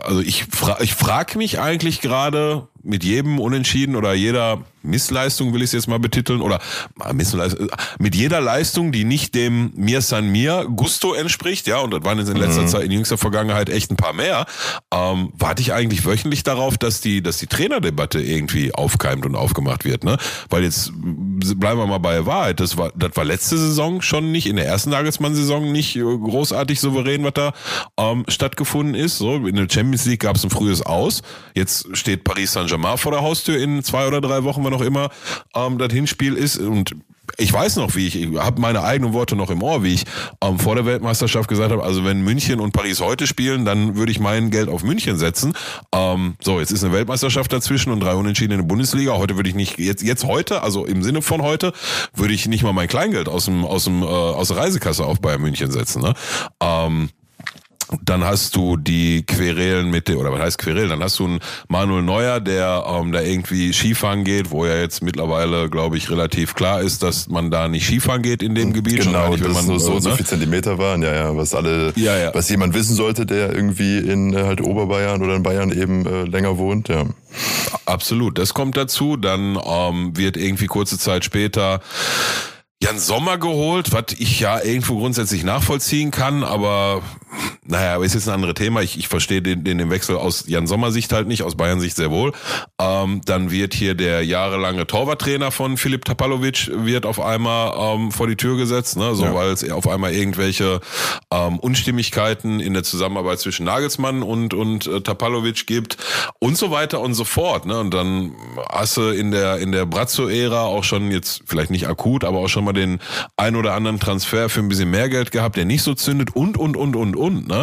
frage mich eigentlich gerade mit jedem Unentschieden oder jeder Missleistung, will ich es jetzt mal betiteln, oder mit jeder Leistung, die nicht dem Mir San Mir Gusto entspricht, ja, und das waren jetzt in letzter Zeit, in jüngster Vergangenheit echt ein paar mehr, warte ich eigentlich wöchentlich darauf, dass die Trainerdebatte irgendwie aufkeimt und aufgemacht wird, ne? Weil jetzt bleiben wir mal bei der Wahrheit, das war letzte Saison schon nicht, in der ersten Nagelsmann-Saison nicht großartig souverän, was da stattgefunden ist. So, in der Champions League gab es ein frühes Aus, jetzt steht Paris Saint-Germain vor der Haustür in 2 oder 3 Wochen, wann auch immer das Hinspiel ist, und ich weiß noch, ich habe meine eigenen Worte noch im Ohr, wie ich vor der Weltmeisterschaft gesagt habe, also wenn München und Paris heute spielen, dann würde ich mein Geld auf München setzen. Jetzt ist eine Weltmeisterschaft dazwischen und 3 Unentschieden in der Bundesliga. Heute würde ich nicht, jetzt heute, also im Sinne von heute, würde ich nicht mal mein Kleingeld aus der Reisekasse auf Bayern München setzen. Ne? Dann hast du die Querelen oder was heißt Querelen? Dann hast du einen Manuel Neuer, der da irgendwie Skifahren geht, wo ja jetzt mittlerweile, glaube ich, relativ klar ist, dass man da nicht Skifahren geht in dem Gebiet. Genau, nicht, dass es nur so viel Zentimeter waren, was jemand wissen sollte, der irgendwie in halt Oberbayern oder in Bayern eben länger wohnt, ja. Absolut, das kommt dazu. Dann wird irgendwie kurze Zeit später Jan Sommer geholt, was ich ja irgendwo grundsätzlich nachvollziehen kann, aber naja, ist jetzt ein anderes Thema. Ich verstehe den Wechsel aus Jan Sommer Sicht halt nicht, aus Bayern Sicht sehr wohl. Dann wird hier der jahrelange Torwarttrainer von Filip Tapalovic wird auf einmal vor die Tür gesetzt, ne, so, weil es auf einmal irgendwelche Unstimmigkeiten in der Zusammenarbeit zwischen Nagelsmann und Tapalovic gibt und so weiter und so fort, ne. Und dann hast du in der Brazzo-Ära auch schon jetzt vielleicht nicht akut, aber auch schon mal den ein oder anderen Transfer für ein bisschen mehr Geld gehabt, der nicht so zündet und, ne?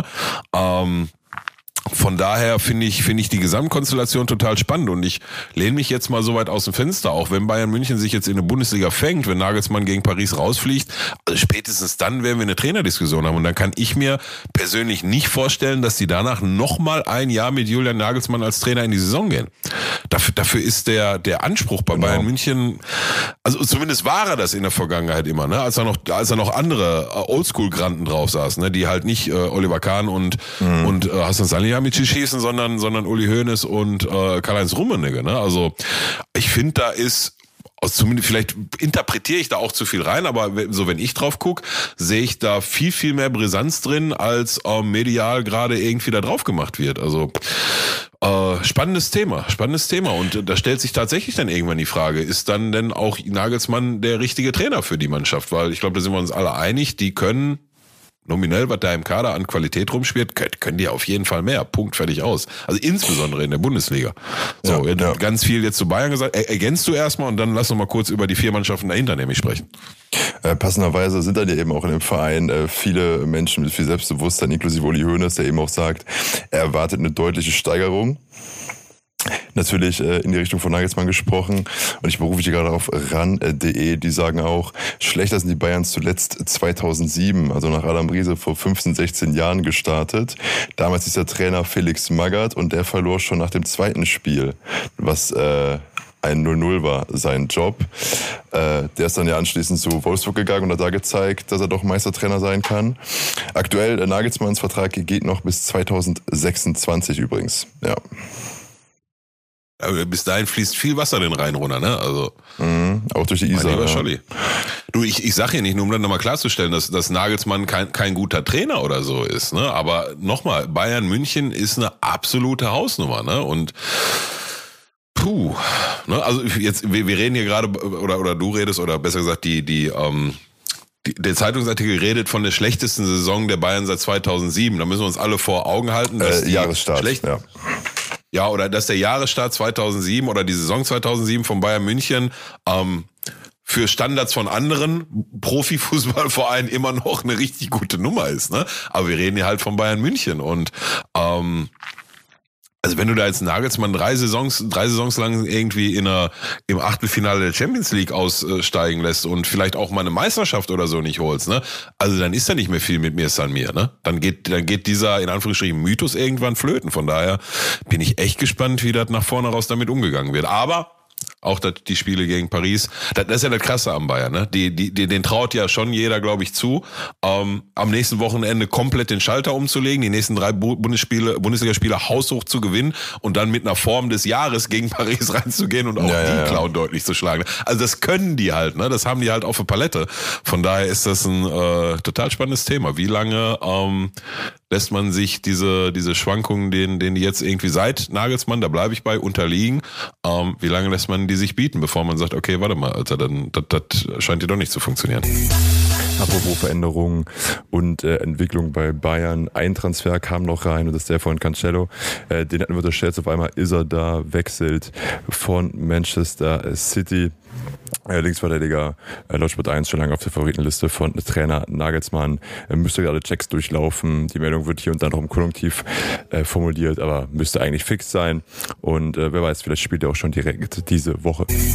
Von daher finde ich die Gesamtkonstellation total spannend und ich lehne mich jetzt mal so weit aus dem Fenster, auch wenn Bayern München sich jetzt in der Bundesliga fängt, wenn Nagelsmann gegen Paris rausfliegt, also spätestens dann werden wir eine Trainerdiskussion haben und dann kann ich mir persönlich nicht vorstellen, dass die danach nochmal ein Jahr mit Julian Nagelsmann als Trainer in die Saison gehen. Dafür ist der Anspruch bei Bayern München, also zumindest war er das in der Vergangenheit immer, ne, als er noch andere Oldschool-Granten drauf saßen, ne, die halt nicht Oliver Kahn und Hasan Salihamidzic schießen, sondern Uli Hoeneß und Karl-Heinz Rummenigge, ne? Also ich finde, da ist zumindest, vielleicht interpretiere ich da auch zu viel rein, aber so wenn ich drauf gucke, sehe ich da viel, viel mehr Brisanz drin, als medial gerade irgendwie da drauf gemacht wird. Also spannendes Thema. Und da stellt sich tatsächlich dann irgendwann die Frage, ist dann denn auch Nagelsmann der richtige Trainer für die Mannschaft? Weil ich glaube, da sind wir uns alle einig, die können nominell, was da im Kader an Qualität rumspielt, können die auf jeden Fall mehr. Punkt, fertig, aus. Also insbesondere in der Bundesliga. So, ganz viel jetzt zu Bayern gesagt. Ergänzt du erstmal und dann lass uns mal kurz über die 4 Mannschaften dahinter nämlich sprechen. Passenderweise sind dann ja eben auch in dem Verein viele Menschen mit viel Selbstbewusstsein, inklusive Uli Hoeneß, der eben auch sagt, er erwartet eine deutliche Steigerung. Natürlich in die Richtung von Nagelsmann gesprochen und ich berufe dich gerade auf ran.de, die sagen auch, schlechter sind die Bayern zuletzt 2007, also nach Adam Riese vor 15, 16 Jahren gestartet. Damals ist der Trainer Felix Magath und der verlor schon nach dem zweiten Spiel, was ein 0-0 war, sein Job. Der ist dann ja anschließend zu Wolfsburg gegangen und hat da gezeigt, dass er doch Meistertrainer sein kann. Aktuell, Nagelsmanns Vertrag geht noch bis 2026 übrigens, ja. Aber bis dahin fließt viel Wasser den Rhein runter, ne? Also auch durch die Isar. Ja. Scholli. Du, ich sag hier nicht, nur um dann nochmal klarzustellen, dass Nagelsmann kein guter Trainer oder so ist, ne? Aber nochmal, Bayern München ist eine absolute Hausnummer, ne? Und ne? Also jetzt, wir reden hier gerade, oder du redest, oder besser gesagt, der Zeitungsartikel redet von der schlechtesten Saison der Bayern seit 2007. Da müssen wir uns alle vor Augen halten, dass Jahresstart, ja, oder dass der Jahresstart 2007 oder die Saison 2007 von Bayern München für Standards von anderen Profifußballvereinen immer noch eine richtig gute Nummer ist, ne? Aber wir reden hier halt von Bayern München und also wenn du da als Nagelsmann drei Saisons lang irgendwie im Achtelfinale der Champions League aussteigen lässt und vielleicht auch mal eine Meisterschaft oder so nicht holst, ne? Also dann ist da nicht mehr viel mit mir San mir, ne? Dann geht dieser, in Anführungsstrichen, Mythos irgendwann flöten. Von daher bin ich echt gespannt, wie das nach vorne raus damit umgegangen wird. Aber auch die Spiele gegen Paris, das ist ja das Krasse am Bayern, ne? Den traut ja schon jeder, glaube ich, zu, am nächsten Wochenende komplett den Schalter umzulegen, die nächsten 3 Bundesligaspiele haushoch zu gewinnen und dann mit einer Form des Jahres gegen Paris reinzugehen und auch die Clown deutlich zu schlagen. Also das können die halt, ne? Das haben die halt auf der Palette. Von daher ist das ein total spannendes Thema. Wie lange lässt man sich diese Schwankungen, denen die jetzt irgendwie seit Nagelsmann, da bleibe ich bei, unterliegen, wie lange lässt man die sich bieten, bevor man sagt, okay, warte mal, Alter, dann das scheint ja doch nicht zu funktionieren. Apropos Veränderungen und Entwicklung bei Bayern, ein Transfer kam noch rein und das ist der von Cancelo. Den hatten wir unterschätzt, auf einmal ist er da, wechselt von Manchester City. Linksverteidiger, laut Sport 1 schon lange auf der Favoritenliste von Trainer Nagelsmann, müsste gerade Checks durchlaufen. Die Meldung wird hier und da noch im Konjunktiv formuliert, aber müsste eigentlich fix sein. Und wer weiß, vielleicht spielt er auch schon direkt diese Woche.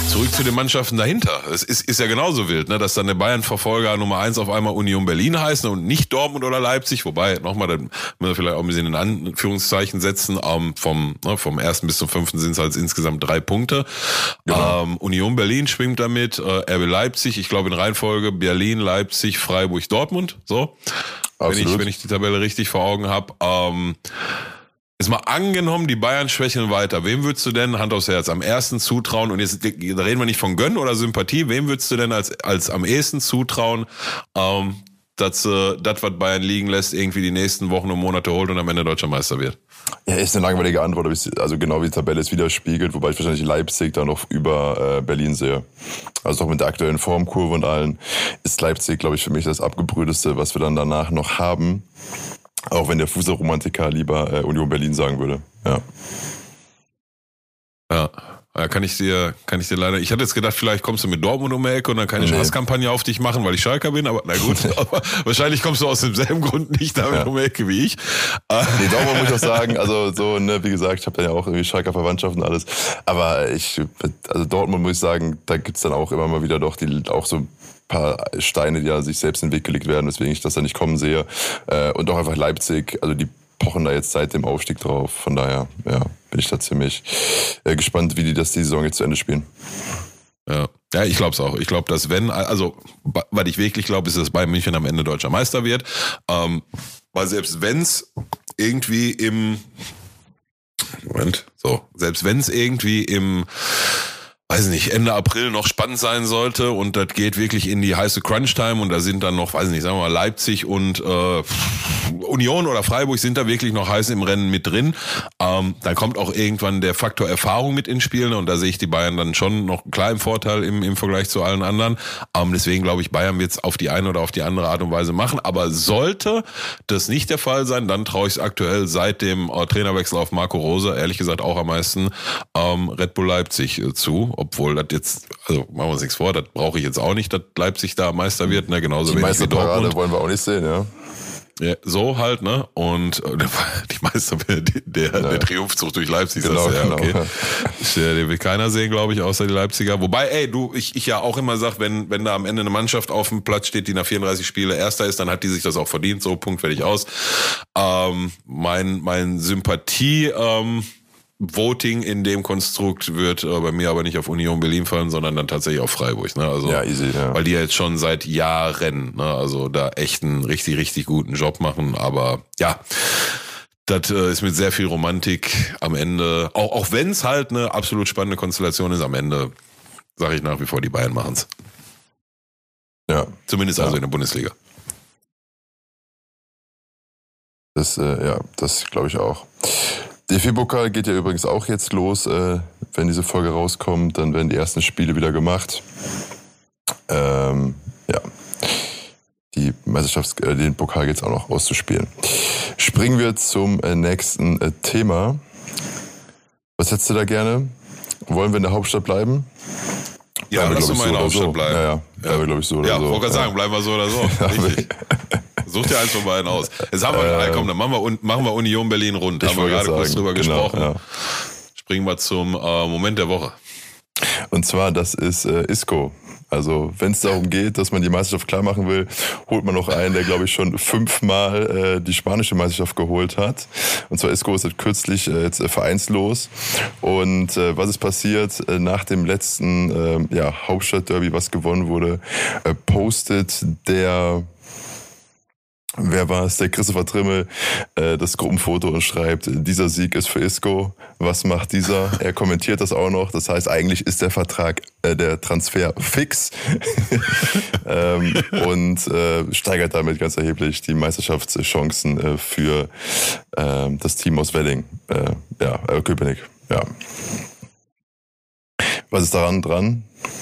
zurück zu den Mannschaften dahinter. Es ist ja genauso wild, ne, dass dann der Bayern-Verfolger Nummer 1 auf einmal Union Berlin heißen und nicht Dortmund oder Leipzig. Wobei, nochmal, da müssen wir vielleicht auch ein bisschen in Anführungszeichen setzen. Vom 1. bis zum 5. sind es halt insgesamt 3 Punkte. Genau. Union Berlin schwimmt damit, RB Leipzig, ich glaube in Reihenfolge Berlin, Leipzig, Freiburg, Dortmund. So, wenn ich die Tabelle richtig vor Augen habe. Jetzt mal angenommen, die Bayern schwächeln weiter. Wem würdest du denn, Hand aufs Herz, am ersten zutrauen? Und jetzt da reden wir nicht von Gönnen oder Sympathie. Wem würdest du denn als am ehesten zutrauen, dass was Bayern liegen lässt, irgendwie die nächsten Wochen und Monate holt und am Ende deutscher Meister wird? Ja, ist eine langweilige Antwort, also genau wie die Tabelle es widerspiegelt, wobei ich wahrscheinlich Leipzig da noch über Berlin sehe. Also auch mit der aktuellen Formkurve und allen ist Leipzig, glaube ich, für mich das abgebrühteste, was wir dann danach noch haben. Auch wenn der Fußballromantiker lieber Union Berlin sagen würde. Ja. Ja, kann ich dir leider. Ich hatte jetzt gedacht, vielleicht kommst du mit Dortmund um die Ecke und dann kann ich eine Hasskampagne auf dich machen, weil ich Schalker bin, aber na gut. Aber wahrscheinlich kommst du aus demselben Grund nicht damit um die Ecke wie ich. Nee, Dortmund muss ich auch sagen, also so, ne, wie gesagt, ich habe dann ja auch irgendwie Schalker Verwandtschaft und alles. Aber also Dortmund muss ich sagen, da gibt's dann auch immer mal wieder doch auch so paar Steine, die ja sich selbst in den Weg gelegt werden, weswegen ich das da nicht kommen sehe. Und auch einfach Leipzig, also die pochen da jetzt seit dem Aufstieg drauf. Von daher, ja, bin ich da ziemlich gespannt, wie die die Saison jetzt zu Ende spielen. Ja, ich glaube es auch. Ich glaube, dass was ich wirklich glaube, ist, dass Bayern München am Ende deutscher Meister wird. Weil selbst wenn es irgendwie weiß nicht, Ende April noch spannend sein sollte und das geht wirklich in die heiße Crunch-Time und da sind dann noch, weiß nicht, sagen wir mal Leipzig und Union oder Freiburg sind da wirklich noch heiß im Rennen mit drin. Dann kommt auch irgendwann der Faktor Erfahrung mit ins Spiel, ne? Und da sehe ich die Bayern dann schon noch klar im Vorteil im Vergleich zu allen anderen. Deswegen glaube ich, Bayern wird es auf die eine oder auf die andere Art und Weise machen. Aber sollte das nicht der Fall sein, dann traue ich es aktuell seit dem Trainerwechsel auf Marco Rose, ehrlich gesagt auch am meisten Red Bull Leipzig zu. Obwohl das jetzt, also machen wir uns nichts vor, das brauche ich jetzt auch nicht, dass Leipzig da Meister wird, ne? Genauso wie Meisterparade wollen wir auch nicht sehen, ja. Ja, so halt, ne? Und die Meister, der Triumphzug durch Leipzig, genau, das ja, okay. Genau. Den will keiner sehen, glaube ich, außer die Leipziger. Wobei, ich ja auch immer sag, wenn da am Ende eine Mannschaft auf dem Platz steht, die nach 34 Spiele Erster ist, dann hat die sich das auch verdient, so, Punkt, fertig aus. Mein Sympathie, Voting in dem Konstrukt wird bei mir aber nicht auf Union Berlin fallen, sondern dann tatsächlich auf Freiburg. Ne? Also, ja, easy, ja. Weil die ja jetzt schon seit Jahren, ne, also da echt einen richtig, richtig guten Job machen. Aber ja, das ist mit sehr viel Romantik am Ende, auch wenn es halt eine absolut spannende Konstellation ist, am Ende sage ich nach wie vor, die Bayern machen es. Ja. Zumindest also in der Bundesliga. Das glaube ich auch. DFB-Pokal geht ja übrigens auch jetzt los. Wenn diese Folge rauskommt, dann werden die ersten Spiele wieder gemacht. Den Pokal geht es auch noch auszuspielen. Springen wir zum nächsten Thema. Was hättest du da gerne? Wollen wir in der Hauptstadt bleiben? Ja, lass uns mal in der Hauptstadt bleiben. Ja, bleiben wir, glaube ich, so oder so. Ja, wollte gerade sagen, bleiben wir so oder so. Richtig. Such dir eins von beiden aus. Jetzt haben wir, komm, dann machen wir Union Berlin rund. Haben wir gerade kurz drüber gesprochen. Ja. Springen wir zum Moment der Woche. Und zwar, das ist Isco. Also, wenn es darum geht, dass man die Meisterschaft klar machen will, holt man noch einen, der, glaube ich, schon 5-mal die spanische Meisterschaft geholt hat. Und zwar Isco ist jetzt kürzlich jetzt vereinslos. Und was ist passiert? Nach dem letzten Hauptstadtderby, was gewonnen wurde, postet wer war es? Der Christopher Trimmel, das Gruppenfoto und schreibt, dieser Sieg ist für Isco. Was macht dieser? Er kommentiert das auch noch. Das heißt, eigentlich ist der Vertrag, der Transfer fix und steigert damit ganz erheblich die Meisterschaftschancen für das Team aus Wedding. Köpenick. Ja. Was ist daran dran?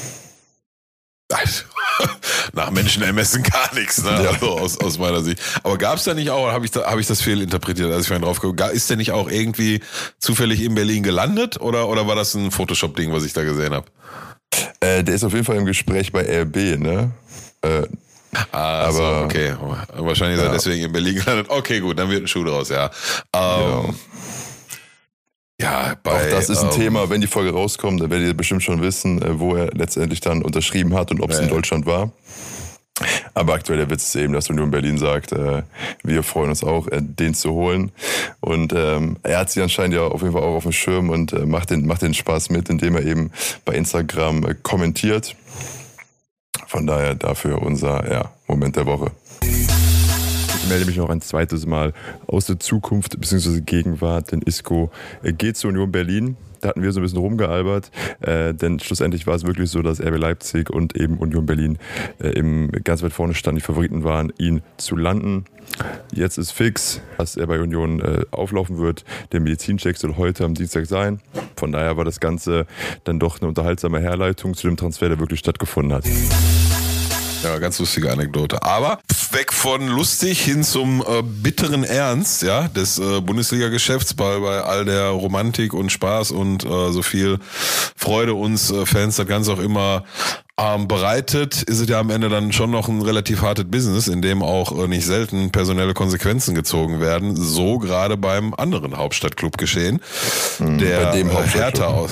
Nach Menschenermessen gar nichts, ne? Ja. Also aus meiner Sicht. Aber gab es da nicht auch, habe ich das fehlinterpretiert, als ich vorhin drauf gucke, ist der nicht auch irgendwie zufällig in Berlin gelandet oder war das ein Photoshop-Ding, was ich da gesehen habe? Der ist auf jeden Fall im Gespräch bei RB, ne? Aber so, okay. Wahrscheinlich ist er deswegen in Berlin gelandet. Okay, gut, dann wird ein Schuh draus, ja. Genau. Ja, auch das ist ein Thema, wenn die Folge rauskommt, dann werdet ihr bestimmt schon wissen, wo er letztendlich dann unterschrieben hat und ob es in Deutschland war. Aber aktuell der Witz ist eben, dass Union Berlin sagt, wir freuen uns auch, den zu holen. Und er hat sie anscheinend ja auf jeden Fall auch auf dem Schirm und macht den Spaß mit, indem er eben bei Instagram kommentiert. Von daher dafür unser Moment der Woche. Ich melde mich noch ein zweites Mal aus der Zukunft bzw. Gegenwart, denn Isco geht zu Union Berlin. Da hatten wir so ein bisschen rumgealbert, denn schlussendlich war es wirklich so, dass RB Leipzig und eben Union Berlin ganz weit vorne standen, die Favoriten waren, ihn zu landen. Jetzt ist fix, dass er bei Union auflaufen wird. Der Medizincheck soll heute am Dienstag sein. Von daher war das Ganze dann doch eine unterhaltsame Herleitung zu dem Transfer, der wirklich stattgefunden hat. Ja, ganz lustige Anekdote. Aber weg von lustig hin zum bitteren Ernst, ja, des Bundesliga-Geschäfts bei all der Romantik und Spaß und so viel Freude uns Fans das Ganze auch immer bereitet, ist es ja am Ende dann schon noch ein relativ hartes Business, in dem auch nicht selten personelle Konsequenzen gezogen werden. So gerade beim anderen Hauptstadtclub geschehen, der bei dem Hertha aus.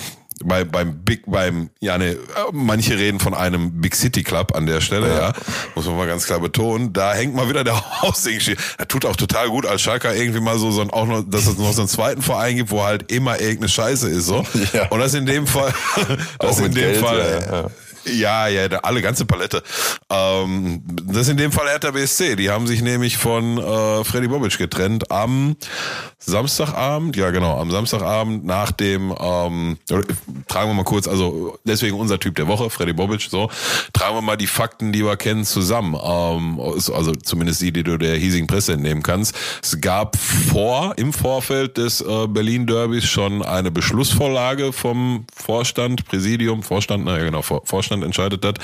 Manche reden von einem Big City Club an der Stelle, ja. Muss man mal ganz klar betonen. Da hängt mal wieder der Haussegen. Das tut auch total gut als Schalker irgendwie mal so auch noch, dass es noch so einen zweiten Verein gibt, wo halt immer irgendeine Scheiße ist, so. Ja. Und das in dem Fall, Ja, alle ganze Palette. Das ist in dem Fall Hertha BSC. Die haben sich nämlich von Freddy Bobic getrennt am Samstagabend. Ja, genau, am Samstagabend nach dem, tragen wir mal kurz, also deswegen unser Typ der Woche, Freddy Bobic, so. Tragen wir mal die Fakten, die wir kennen, zusammen. Also zumindest die du der hiesigen Presse entnehmen kannst. Es gab im Vorfeld des Berlin-Derbys schon eine Beschlussvorlage vom Vorstand entscheidet das,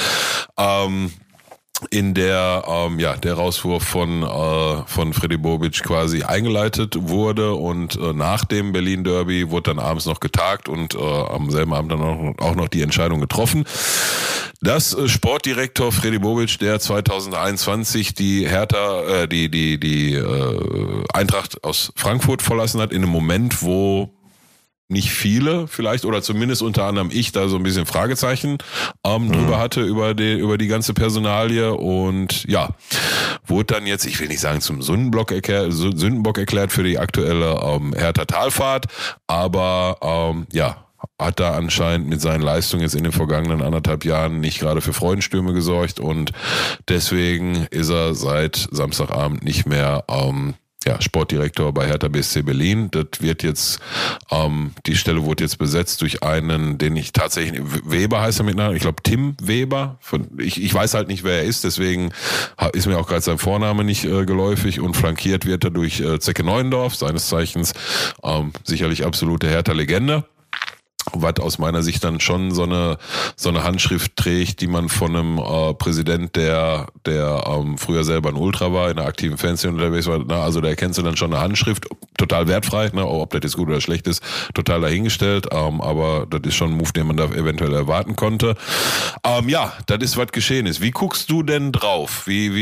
in der der Rauswurf von Freddy Bobic quasi eingeleitet wurde und nach dem Berlin Derby wurde dann abends noch getagt und am selben Abend dann auch noch die Entscheidung getroffen, dass Sportdirektor Freddy Bobic, der 2021 die Hertha, die Eintracht aus Frankfurt verlassen hat, in einem Moment, wo nicht viele vielleicht, oder zumindest unter anderem ich da so ein bisschen Fragezeichen drüber hatte über die ganze Personalie, und ja, wurde dann jetzt, ich will nicht sagen zum Sündenbock erklärt für die aktuelle Hertha-Talfahrt, aber hat da anscheinend mit seinen Leistungen jetzt in den vergangenen 1,5 Jahren nicht gerade für Freudenstürme gesorgt, und deswegen ist er seit Samstagabend nicht mehr Sportdirektor bei Hertha BSC Berlin. Das wird jetzt, die Stelle wurde jetzt besetzt durch einen, den ich tatsächlich, Weber heißt er mit Namen, ich glaube Tim Weber. Ich weiß halt nicht, wer er ist, deswegen ist mir auch gerade sein Vorname nicht geläufig, und flankiert wird er durch Zecke Neuendorf, seines Zeichens sicherlich absolute Hertha-Legende. Was aus meiner Sicht dann schon so eine Handschrift trägt, die man von einem Präsident, der früher selber ein Ultra war, in der aktiven Fanszene unterwegs war, also da erkennst du dann schon eine Handschrift, total wertfrei, ob das jetzt gut oder schlecht ist, total dahingestellt, aber das ist schon ein Move, den man da eventuell erwarten konnte. Das ist, was geschehen ist. Wie guckst du denn drauf?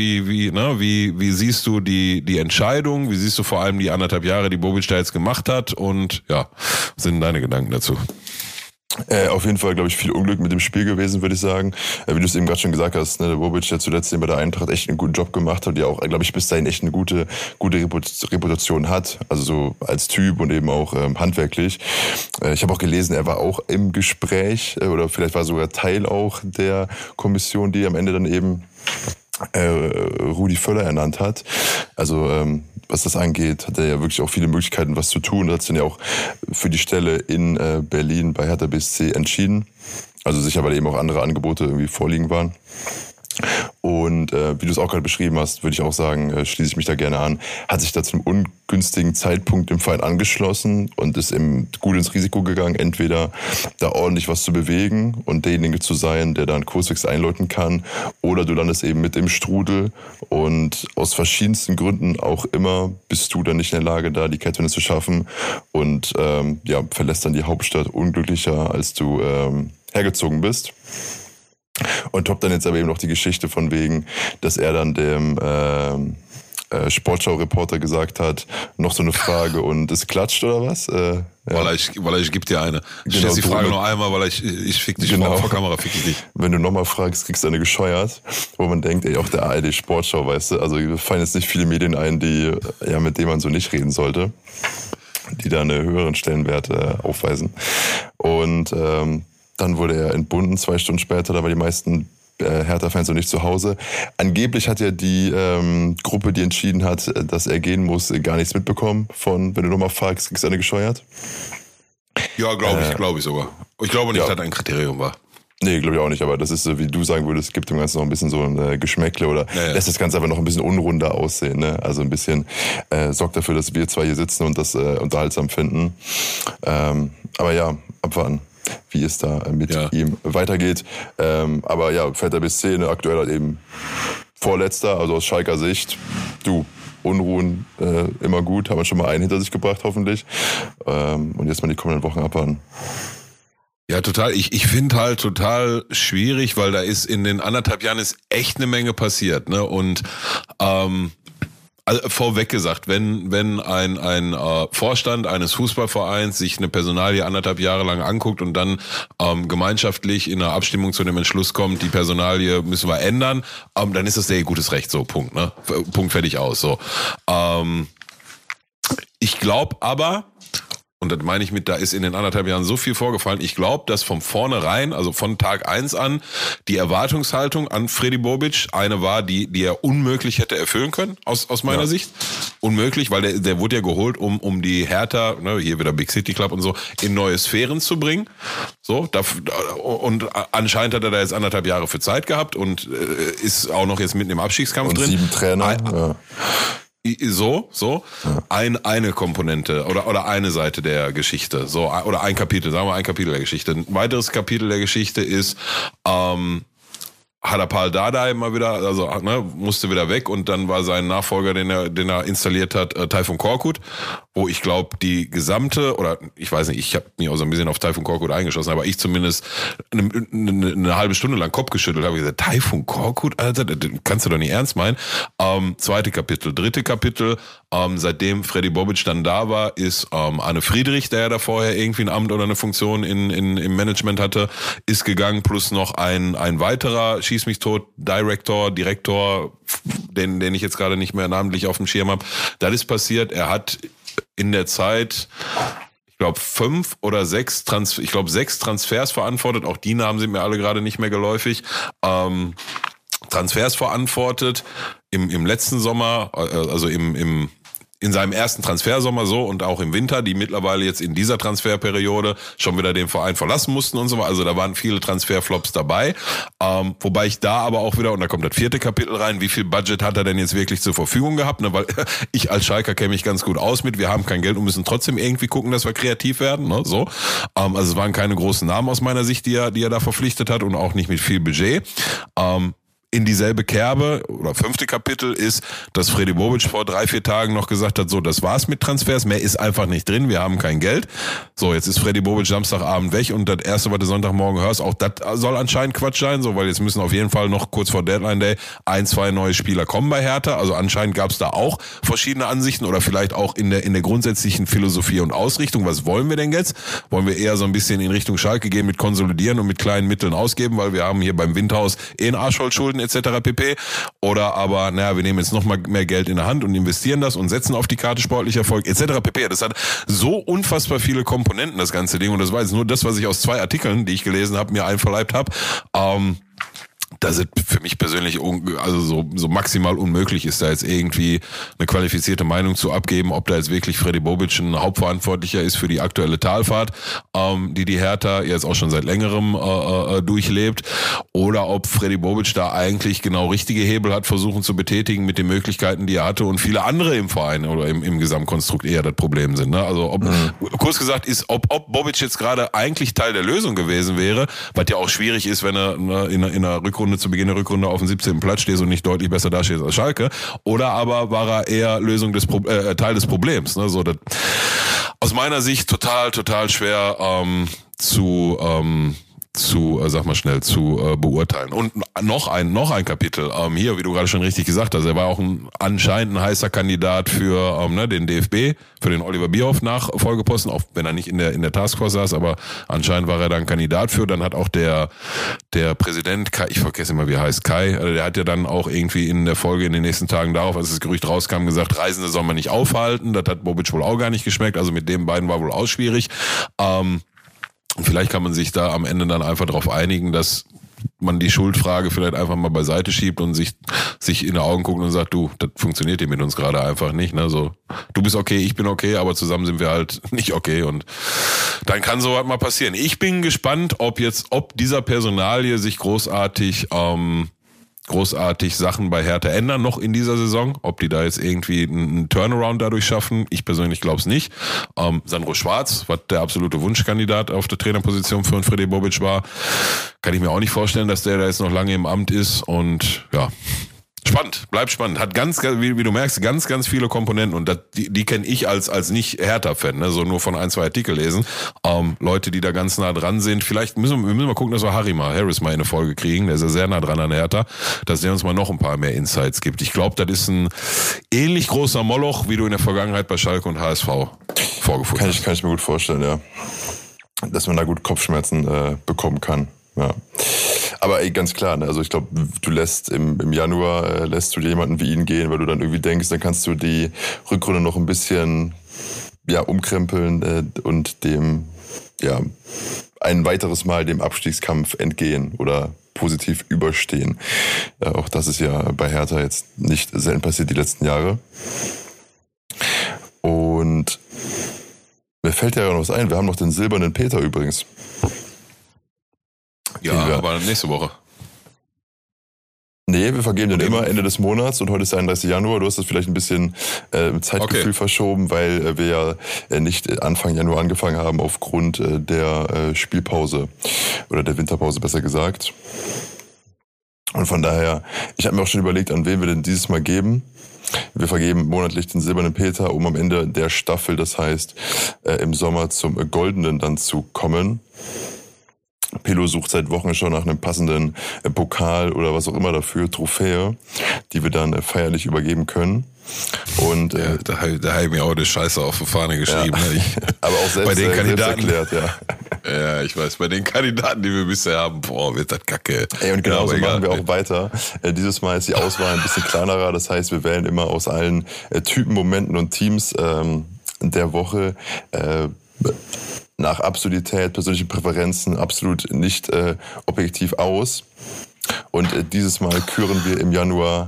Wie siehst du die Entscheidung? Wie siehst du vor allem die 1,5 Jahre, die Bobic da jetzt gemacht hat? Und was sind deine Gedanken dazu? Auf jeden Fall, glaube ich, viel Unglück mit dem Spiel gewesen, würde ich sagen. Wie du es eben gerade schon gesagt hast, der Bobic, der zuletzt bei der Eintracht echt einen guten Job gemacht hat, der auch, glaube ich, bis dahin echt eine gute Reputation hat. Also so als Typ und eben auch handwerklich. Ich habe auch gelesen, er war auch im Gespräch oder vielleicht war sogar Teil auch der Kommission, die am Ende dann eben Rudi Völler ernannt hat. Also was das angeht, hat er ja wirklich auch viele Möglichkeiten, was zu tun. Er hat sich dann ja auch für die Stelle in Berlin bei Hertha BSC entschieden. Also sicher, weil eben auch andere Angebote irgendwie vorliegen waren. Und wie du es auch gerade beschrieben hast, würde ich auch sagen, schließe ich mich da gerne an, hat sich da zu einem ungünstigen Zeitpunkt dem Verein angeschlossen und ist eben gut ins Risiko gegangen, entweder da ordentlich was zu bewegen und derjenige zu sein, der da einen Kurswechsel einläuten kann, oder du landest eben mit im Strudel und aus verschiedensten Gründen auch immer bist du dann nicht in der Lage, da die Kehrtwende zu schaffen und verlässt dann die Hauptstadt unglücklicher, als du hergezogen bist. Und top dann jetzt aber eben noch die Geschichte von wegen, dass er dann dem Sportschau-Reporter gesagt hat, noch so eine Frage und es klatscht oder was? Ja. Weil ich gebe dir eine. Du Genau, stellst die Frage Drohne. noch einmal, weil ich fick dich Genau. vor Kamera, fick ich dich. Wenn du nochmal fragst, kriegst du eine gescheuert, wo man denkt, ey, auch der ARD Sportschau, weißt du, also mir fallen jetzt nicht viele Medien ein, die, ja, mit denen man so nicht reden sollte, die da einen höheren Stellenwert aufweisen. Und dann wurde er entbunden, 2 Stunden später, da war die meisten Hertha-Fans noch nicht zu Hause. Angeblich hat ja die Gruppe, die entschieden hat, dass er gehen muss, gar nichts mitbekommen von, wenn du nochmal fragst, kriegst du eine gescheuert. Ja, glaube ich sogar. Ich glaube nicht, ja. dass das ein Kriterium war. Nee, glaube ich auch nicht, aber das ist so, wie du sagen würdest, gibt dem Ganzen noch ein bisschen so ein Geschmäckle oder lässt das Ganze einfach noch ein bisschen unrunder aussehen, ne? Also ein bisschen sorgt dafür, dass wir 2 hier sitzen und das unterhaltsam finden. Aber ja, abwarten, wie es da mit ihm weitergeht. Aber ja, Hertha BSC, ne, aktuell halt eben Vorletzter, also aus Schalker Sicht, Unruhen immer gut, haben wir schon mal einen hinter sich gebracht, hoffentlich. Und jetzt mal die kommenden Wochen abwarten. Ja, total. Ich finde halt total schwierig, weil da ist in den 1,5 Jahren ist echt eine Menge passiert, ne? Und also vorweg gesagt, wenn ein Vorstand eines Fußballvereins sich eine Personalie 1,5 Jahre lang anguckt und dann gemeinschaftlich in einer Abstimmung zu dem Entschluss kommt, die Personalie müssen wir ändern, dann ist das sehr gutes Recht, so Punkt, ne? Punkt, fertig, aus. So. Ich glaube aber, und das meine ich mit, da ist in den 1,5 Jahren so viel vorgefallen. Ich glaube, dass von vornherein, also von Tag 1 an, die Erwartungshaltung an Fredi Bobic eine war, die er unmöglich hätte erfüllen können, aus meiner Sicht. Unmöglich, weil der wurde ja geholt, um die Hertha, ne, hier wieder Big City Club und so, in neue Sphären zu bringen. So, und anscheinend hat er da jetzt 1,5 Jahre für Zeit gehabt und ist auch noch jetzt mitten im Abstiegskampf und drin. 7 Trainer, So, eine Komponente oder eine Seite der Geschichte, so, oder ein Kapitel, sagen wir ein Kapitel der Geschichte. Ein weiteres Kapitel der Geschichte ist, Hadapal Dardai mal wieder, also musste wieder weg und dann war sein Nachfolger, den er installiert hat, Tayfun Korkut, wo ich glaube die gesamte, oder ich weiß nicht, ich habe mich auch so ein bisschen auf Tayfun Korkut eingeschossen, aber ich zumindest eine halbe Stunde lang Kopf geschüttelt, habe gesagt, Tayfun Korkut, Alter, das kannst du doch nicht ernst meinen. 2. Kapitel, 3. Kapitel, seitdem Fredi Bobic dann da war, ist Arne Friedrich, der ja da vorher irgendwie ein Amt oder eine Funktion im Management hatte, ist gegangen, plus noch ein weiterer Schieß mich tot, Direktor, den ich jetzt gerade nicht mehr namentlich auf dem Schirm habe. Das ist passiert, er hat in der Zeit, ich glaube 5 oder 6 Transfers verantwortet, auch die Namen sind mir alle gerade nicht mehr geläufig, Transfers verantwortet im letzten Sommer, also in seinem ersten Transfersommer so und auch im Winter, die mittlerweile jetzt in dieser Transferperiode schon wieder den Verein verlassen mussten und so weiter. Also da waren viele Transferflops dabei. Wobei ich da aber auch wieder, und da kommt das 4. Kapitel rein, wie viel Budget hat er denn jetzt wirklich zur Verfügung gehabt? Ne? Weil ich als Schalker kenne mich ganz gut aus mit, wir haben kein Geld und müssen trotzdem irgendwie gucken, dass wir kreativ werden. Ne? So. Also es waren keine großen Namen aus meiner Sicht, die er da verpflichtet hat und auch nicht mit viel Budget. In dieselbe Kerbe, oder 5. Kapitel ist, dass Fredi Bobic vor 3-4 Tagen noch gesagt hat, so, das war's mit Transfers, mehr ist einfach nicht drin, wir haben kein Geld. So, jetzt ist Fredi Bobic Samstagabend weg und das erste, was du Sonntagmorgen hörst, auch das soll anscheinend Quatsch sein, so, weil jetzt müssen auf jeden Fall noch kurz vor Deadline Day 1-2 neue Spieler kommen bei Hertha. Also anscheinend gab's da auch verschiedene Ansichten oder vielleicht auch in der grundsätzlichen Philosophie und Ausrichtung. Was wollen wir denn jetzt? Wollen wir eher so ein bisschen in Richtung Schalke gehen mit Konsolidieren und mit kleinen Mitteln ausgeben, weil wir haben hier beim Windhaus ein Arschvoll-Schulden etc. pp. Oder aber, wir nehmen jetzt noch mal mehr Geld in der Hand und investieren das und setzen auf die Karte sportlicher Erfolg etc. pp. Das hat so unfassbar viele Komponenten, das ganze Ding. Und das war jetzt nur das, was ich aus 2 Artikeln, die ich gelesen habe, mir einverleibt habe. Dass es für mich persönlich also so maximal unmöglich ist, da jetzt irgendwie eine qualifizierte Meinung zu abgeben, ob da jetzt wirklich Fredi Bobic ein Hauptverantwortlicher ist für die aktuelle Talfahrt, die Hertha jetzt auch schon seit längerem durchlebt, oder ob Fredi Bobic da eigentlich genau richtige Hebel hat versuchen zu betätigen mit den Möglichkeiten, die er hatte und viele andere im Verein oder im Gesamtkonstrukt eher das Problem sind. Ne? Also kurz gesagt ist, ob Bobic jetzt gerade eigentlich Teil der Lösung gewesen wäre, was ja auch schwierig ist, wenn er in einer Rückrunde zu Beginn der Rückrunde auf dem 17. Platz stehst und nicht deutlich besser dastehst als Schalke, oder aber war er eher Teil des Problems. Ne? So, das, aus meiner Sicht total schwer zu beurteilen. Und noch ein Kapitel, hier, wie du gerade schon richtig gesagt hast, er war auch anscheinend ein heißer Kandidat für den DFB, für den Oliver Bierhoff Nachfolgeposten, auch wenn er nicht in der Taskforce saß, aber anscheinend war er da ein Kandidat für. Dann hat auch der Präsident, Kai, ich vergesse immer, wie er heißt, Kai, also der hat ja dann auch irgendwie in der Folge in den nächsten Tagen darauf, als das Gerücht rauskam, gesagt, Reisende soll man nicht aufhalten. Das hat Bobic wohl auch gar nicht geschmeckt, also mit den beiden war wohl auch schwierig. Vielleicht kann man sich da am Ende dann einfach darauf einigen, dass man die Schuldfrage vielleicht einfach mal beiseite schiebt und sich in die Augen guckt und sagt, du, das funktioniert hier mit uns gerade einfach nicht. Ne? So, du bist okay, ich bin okay, aber zusammen sind wir halt nicht okay. Und dann kann sowas mal passieren. Ich bin gespannt, ob dieser Personalie sich großartig Sachen bei Hertha ändern, noch in dieser Saison. Ob die da jetzt irgendwie einen Turnaround dadurch schaffen, ich persönlich glaube es nicht. Sandro Schwarz, was der absolute Wunschkandidat auf der Trainerposition für Freddy Bobic war, kann ich mir auch nicht vorstellen, dass der da jetzt noch lange im Amt ist. Und ja, spannend, bleibt spannend. Hat ganz, wie du merkst, ganz, ganz viele Komponenten. Und die kenne ich als nicht Hertha-Fan, ne? So nur von 1, 2 Artikel lesen. Leute, die da ganz nah dran sind. Vielleicht müssen wir mal gucken, dass wir Harris mal in eine Folge kriegen. Der ist ja sehr nah dran an Hertha. Dass der uns mal noch ein paar mehr Insights gibt. Ich glaube, das ist ein ähnlich großer Moloch, wie du in der Vergangenheit bei Schalke und HSV vorgefunden hast. Kann ich mir gut vorstellen, ja. Dass man da gut Kopfschmerzen bekommen kann. Ja. Aber ganz klar, ne? Also ich glaube, du lässt im Januar lässt du jemanden wie ihn gehen, weil du dann irgendwie denkst, dann kannst du die Rückrunde noch ein bisschen umkrempeln und dem ein weiteres Mal dem Abstiegskampf entgehen oder positiv überstehen. Auch das ist ja bei Hertha jetzt nicht selten passiert die letzten Jahre. Und mir fällt ja noch was ein, wir haben noch den silbernen Peter übrigens. Ja, aber nächste Woche. Nee, wir vergeben den immer Ende des Monats und heute ist der 31. Januar. Du hast das vielleicht ein bisschen Zeitgefühl verschoben, weil wir ja nicht Anfang Januar angefangen haben aufgrund der Spielpause oder der Winterpause besser gesagt. Und von daher, ich habe mir auch schon überlegt, an wen wir denn dieses Mal geben. Wir vergeben monatlich den silbernen Peter, um am Ende der Staffel, das heißt im Sommer zum goldenen dann zu kommen. Pelo sucht seit Wochen schon nach einem passenden Pokal oder was auch immer dafür, Trophäe, die wir dann feierlich übergeben können. Und da habe ich mir auch eine Scheiße auf die Fahne geschrieben. Ja. Aber auch selbst, bei den Kandidaten selbst erklärt, ja, ich weiß, bei den Kandidaten, die wir bisher haben, wird das kacke. Und genau so machen wir auch weiter. Dieses Mal ist die Auswahl ein bisschen kleinerer, das heißt, wir wählen immer aus allen Typen, Momenten und Teams der Woche nach Absurdität, persönlichen Präferenzen absolut nicht objektiv aus. Und dieses Mal küren wir im Januar,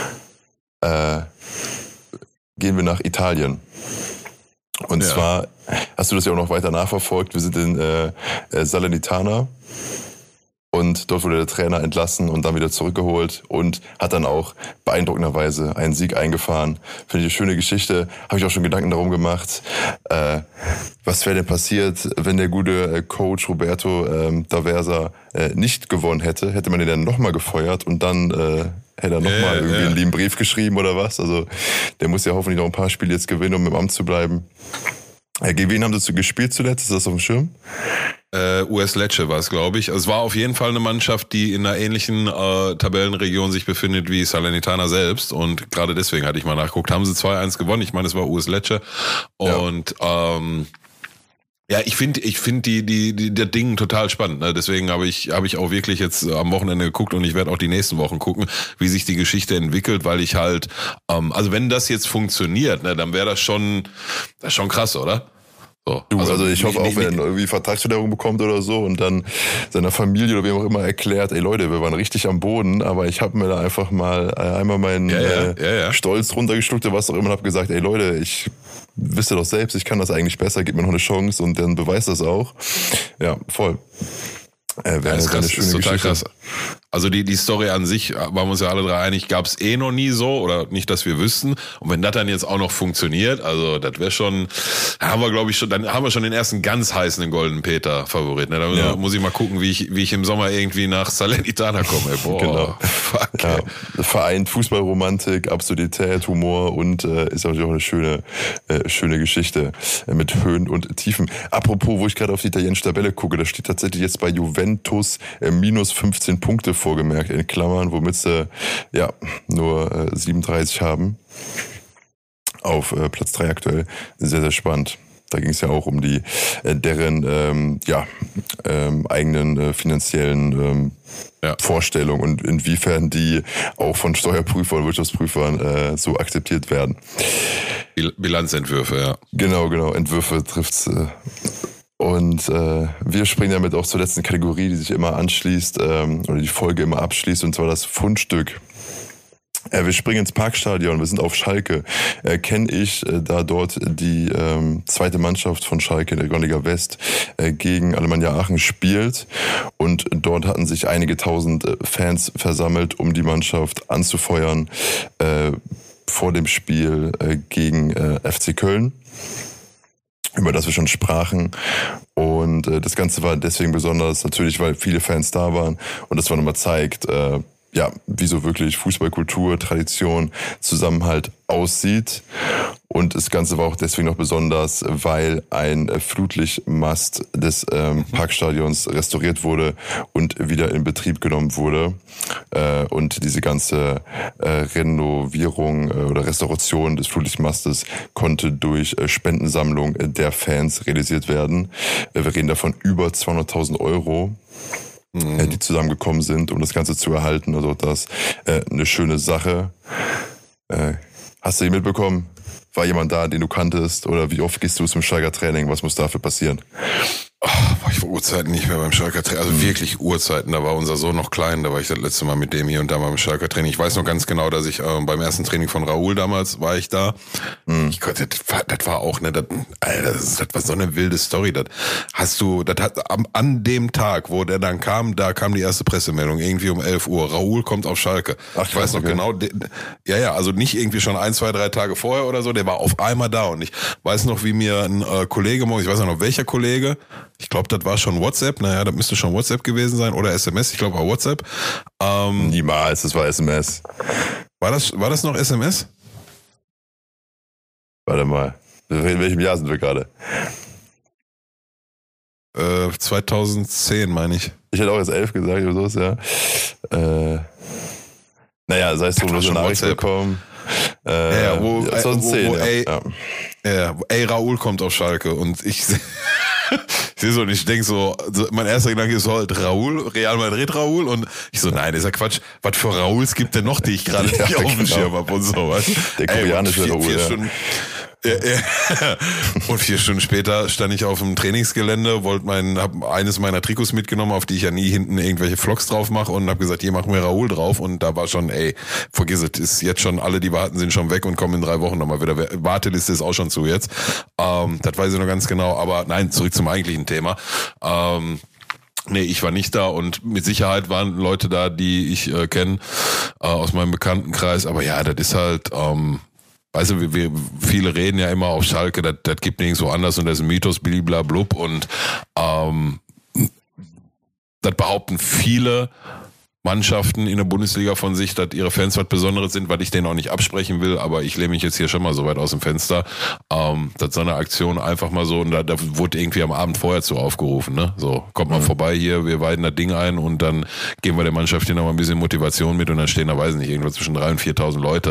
gehen wir nach Italien. Und zwar, hast du das ja auch noch weiter nachverfolgt, wir sind in Salernitana. Und dort wurde der Trainer entlassen und dann wieder zurückgeholt und hat dann auch beeindruckenderweise einen Sieg eingefahren. Finde ich eine schöne Geschichte. Habe ich auch schon Gedanken darum gemacht, was wäre denn passiert, wenn der gute Coach Roberto D'Aversa nicht gewonnen hätte? Hätte man ihn dann nochmal gefeuert und dann hätte er nochmal irgendwie einen lieben Brief geschrieben oder was? Also der muss ja hoffentlich noch ein paar Spiele jetzt gewinnen, um im Amt zu bleiben. Gegen wen haben sie gespielt zuletzt? Ist das auf dem Schirm? US Lecce war es, glaube ich. Also es war auf jeden Fall eine Mannschaft, die in einer ähnlichen Tabellenregion sich befindet wie Salernitana selbst. Und gerade deswegen hatte ich mal nachgeguckt. Haben sie 2-1 gewonnen. Ich meine, es war US Lecce. Und ich finde das Ding total spannend. Ne? Deswegen habe ich auch wirklich jetzt am Wochenende geguckt und ich werde auch die nächsten Wochen gucken, wie sich die Geschichte entwickelt, weil ich halt, also wenn das jetzt funktioniert, ne, dann wäre das schon krass, oder? So, also ich hoffe auch, wenn er irgendwie Vertragsverlängerung bekommt oder so und dann seiner Familie oder wem auch immer erklärt, ey Leute, wir waren richtig am Boden, aber ich habe mir da einfach mal einmal meinen Stolz runtergeschluckt oder was auch immer und habe gesagt, ey Leute, wisst ihr doch selbst, ich kann das eigentlich besser, gebt mir noch eine Chance und dann beweist das auch. Ja, voll. Das ist krass, ist total krass. Also die Story an sich, waren wir uns ja alle drei einig, gab es noch nie so oder nicht, dass wir wüssten. Und wenn das dann jetzt auch noch funktioniert, also das wäre schon, haben wir glaube ich schon, dann haben wir schon den ersten ganz heißen Golden Peter Favorit. Ne? Da muss ich mal gucken, wie ich im Sommer irgendwie nach Salernitana komme. Boah, genau. Fuck, ja, vereint Fußballromantik, Absurdität, Humor und ist natürlich auch eine schöne Geschichte mit Höhen und Tiefen. Apropos, wo ich gerade auf die italienische Tabelle gucke, da steht tatsächlich jetzt bei Juventus minus 15 Punkte vorgemerkt in Klammern, womit sie nur 37 haben. Auf Platz 3 aktuell. Sehr, sehr spannend. Da ging es ja auch um die deren eigenen finanziellen Vorstellungen und inwiefern die auch von Steuerprüfern und Wirtschaftsprüfern so akzeptiert werden. Bilanzentwürfe, ja. Genau, Entwürfe trifft's. Und wir springen damit auch zur letzten Kategorie, die sich immer anschließt oder die Folge immer abschließt, und zwar das Fundstück. Wir springen ins Parkstadion, wir sind auf Schalke. Kenne ich, da dort die zweite Mannschaft von Schalke in der Regionalliga West gegen Alemannia Aachen spielt. Und dort hatten sich einige tausend Fans versammelt, um die Mannschaft anzufeuern vor dem Spiel gegen FC Köln, über das wir schon sprachen. Und das Ganze war deswegen besonders, natürlich, weil viele Fans da waren und das nochmal zeigt, wie so wirklich Fußballkultur, Tradition, Zusammenhalt aussieht. Und das Ganze war auch deswegen noch besonders, weil ein Flutlichtmast des Parkstadions restauriert wurde und wieder in Betrieb genommen wurde. Und diese ganze Renovierung oder Restauration des Flutlichtmastes konnte durch Spendensammlung der Fans realisiert werden. Wir reden davon über 200.000 Euro. Die zusammengekommen sind, um das Ganze zu erhalten. Also das eine schöne Sache. Hast du die mitbekommen? War jemand da, den du kanntest? Oder wie oft gehst du zum Schalker Training? Was muss dafür passieren? Ich war Uhrzeiten nicht mehr beim Schalker Training, also wirklich Uhrzeiten, da war unser Sohn noch klein, da war ich das letzte Mal mit dem hier und da mal im Schalker Training. Ich weiß noch ganz genau, dass ich beim ersten Training von Raoul damals war ich da. Das war auch, ne, das war so eine wilde Story. An dem Tag, wo der dann kam, da kam die erste Pressemeldung, irgendwie um 11 Uhr. Raoul kommt auf Schalke. Ach, ich weiß noch genau, also nicht irgendwie schon 1, 2, 3 Tage vorher oder so, der war auf einmal da und ich weiß noch, wie mir ein Kollege, ich weiß noch welcher Kollege, ich glaube, das war schon WhatsApp, das müsste schon WhatsApp gewesen sein oder SMS, ich glaube auch WhatsApp. Niemals, das war SMS. War das noch SMS? Warte mal, in welchem Jahr sind wir gerade? 2010 meine ich. Ich hätte auch jetzt 11 gesagt oder sowas, ja. Das heißt, du hast eine Nachricht bekommen. 2010, Raoul kommt auf Schalke und ich sehe so und ich denke so, mein erster Gedanke ist so halt Raoul, Real Madrid Raoul und ich so, nein, das ist ja Quatsch, was für Raouls gibt denn noch, die ich gerade nicht auf dem Schirm habe und so, weißt du? Der koreanische Raoul, 4 Stunden, Und 4 Stunden später stand ich auf dem Trainingsgelände, habe eines meiner Trikots mitgenommen, auf die ich ja nie hinten irgendwelche Vlogs drauf mache und habe gesagt, hier machen wir Raoul drauf und da war schon, vergiss es, ist jetzt schon, alle die warten sind schon weg und kommen in 3 Wochen nochmal wieder. Warteliste ist auch schon zu jetzt. Das weiß ich noch ganz genau, aber nein, zurück zum eigentlichen Thema. Ich war nicht da und mit Sicherheit waren Leute da, die ich kenne aus meinem Bekanntenkreis, aber ja, das ist halt, weißt du, viele reden ja immer auf Schalke, das gibt nirgendwo anders und das ist ein Mythos, bliblablub und das behaupten viele Mannschaften in der Bundesliga von sich, dass ihre Fans was Besonderes sind, weil ich denen auch nicht absprechen will, aber ich lehne mich jetzt hier schon mal so weit aus dem Fenster, dass so eine Aktion einfach mal so, und da wurde irgendwie am Abend vorher zu aufgerufen, ne? So, kommt mal vorbei hier, wir weiden das Ding ein und dann geben wir der Mannschaft hier noch mal ein bisschen Motivation mit und dann stehen da, weiß nicht, irgendwo zwischen 3.000 und 4.000 Leute.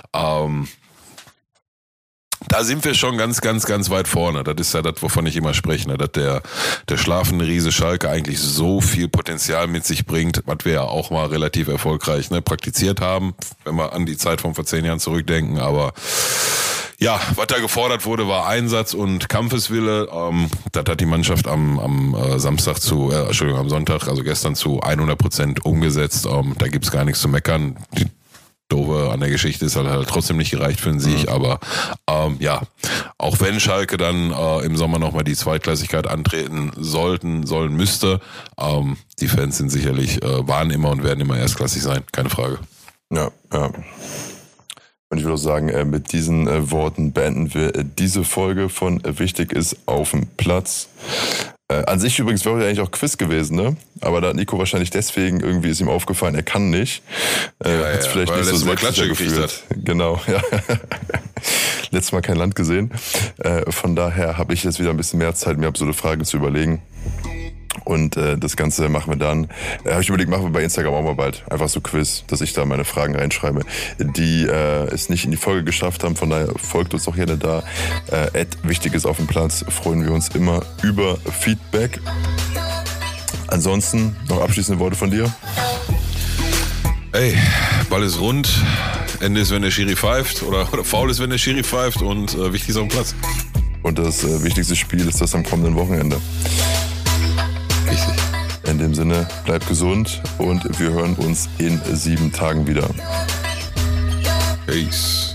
Da sind wir schon ganz, ganz, ganz weit vorne. Das ist ja das, wovon ich immer spreche, ne? Dass der schlafende Riese Schalke eigentlich so viel Potenzial mit sich bringt, was wir ja auch mal relativ erfolgreich praktiziert haben, wenn wir an die Zeit von vor 10 Jahren zurückdenken. Aber ja, was da gefordert wurde, war Einsatz und Kampfeswille. Das hat die Mannschaft am Sonntag, also gestern zu 100% umgesetzt. Da gibt's gar nichts zu meckern. Doofe an der Geschichte ist halt trotzdem nicht gereicht für den Sieg, aber auch wenn Schalke dann im Sommer nochmal die Zweitklassigkeit antreten sollen müsste, die Fans sind sicherlich, waren immer und werden immer erstklassig sein, keine Frage. Ja. Und ich würde auch sagen, mit diesen Worten beenden wir diese Folge von Wichtig ist auf dem Platz. An sich übrigens wäre ja eigentlich auch Quiz gewesen, ne? Aber da hat Nico wahrscheinlich deswegen, irgendwie ist ihm aufgefallen, er kann nicht. Hat es vielleicht nicht so selbstsicher gefühlt. Genau, ja. Letztes Mal kein Land gesehen. Von daher habe ich jetzt wieder ein bisschen mehr Zeit, mir absurde Fragen zu überlegen. Und das Ganze machen wir dann, habe ich überlegt, machen wir bei Instagram auch mal bald. Einfach so Quiz, dass ich da meine Fragen reinschreibe, die es nicht in die Folge geschafft haben. Von daher folgt uns doch gerne da. Wichtiges auf dem Platz, freuen wir uns immer über Feedback. Ansonsten noch abschließende Worte von dir? Ey, Ball ist rund, Ende ist, wenn der Schiri pfeift oder faul ist, wenn der Schiri pfeift und wichtig ist auf dem Platz. Und das wichtigste Spiel ist das am kommenden Wochenende. Richtig. In dem Sinne, bleibt gesund und wir hören uns in 7 Tagen wieder. Peace.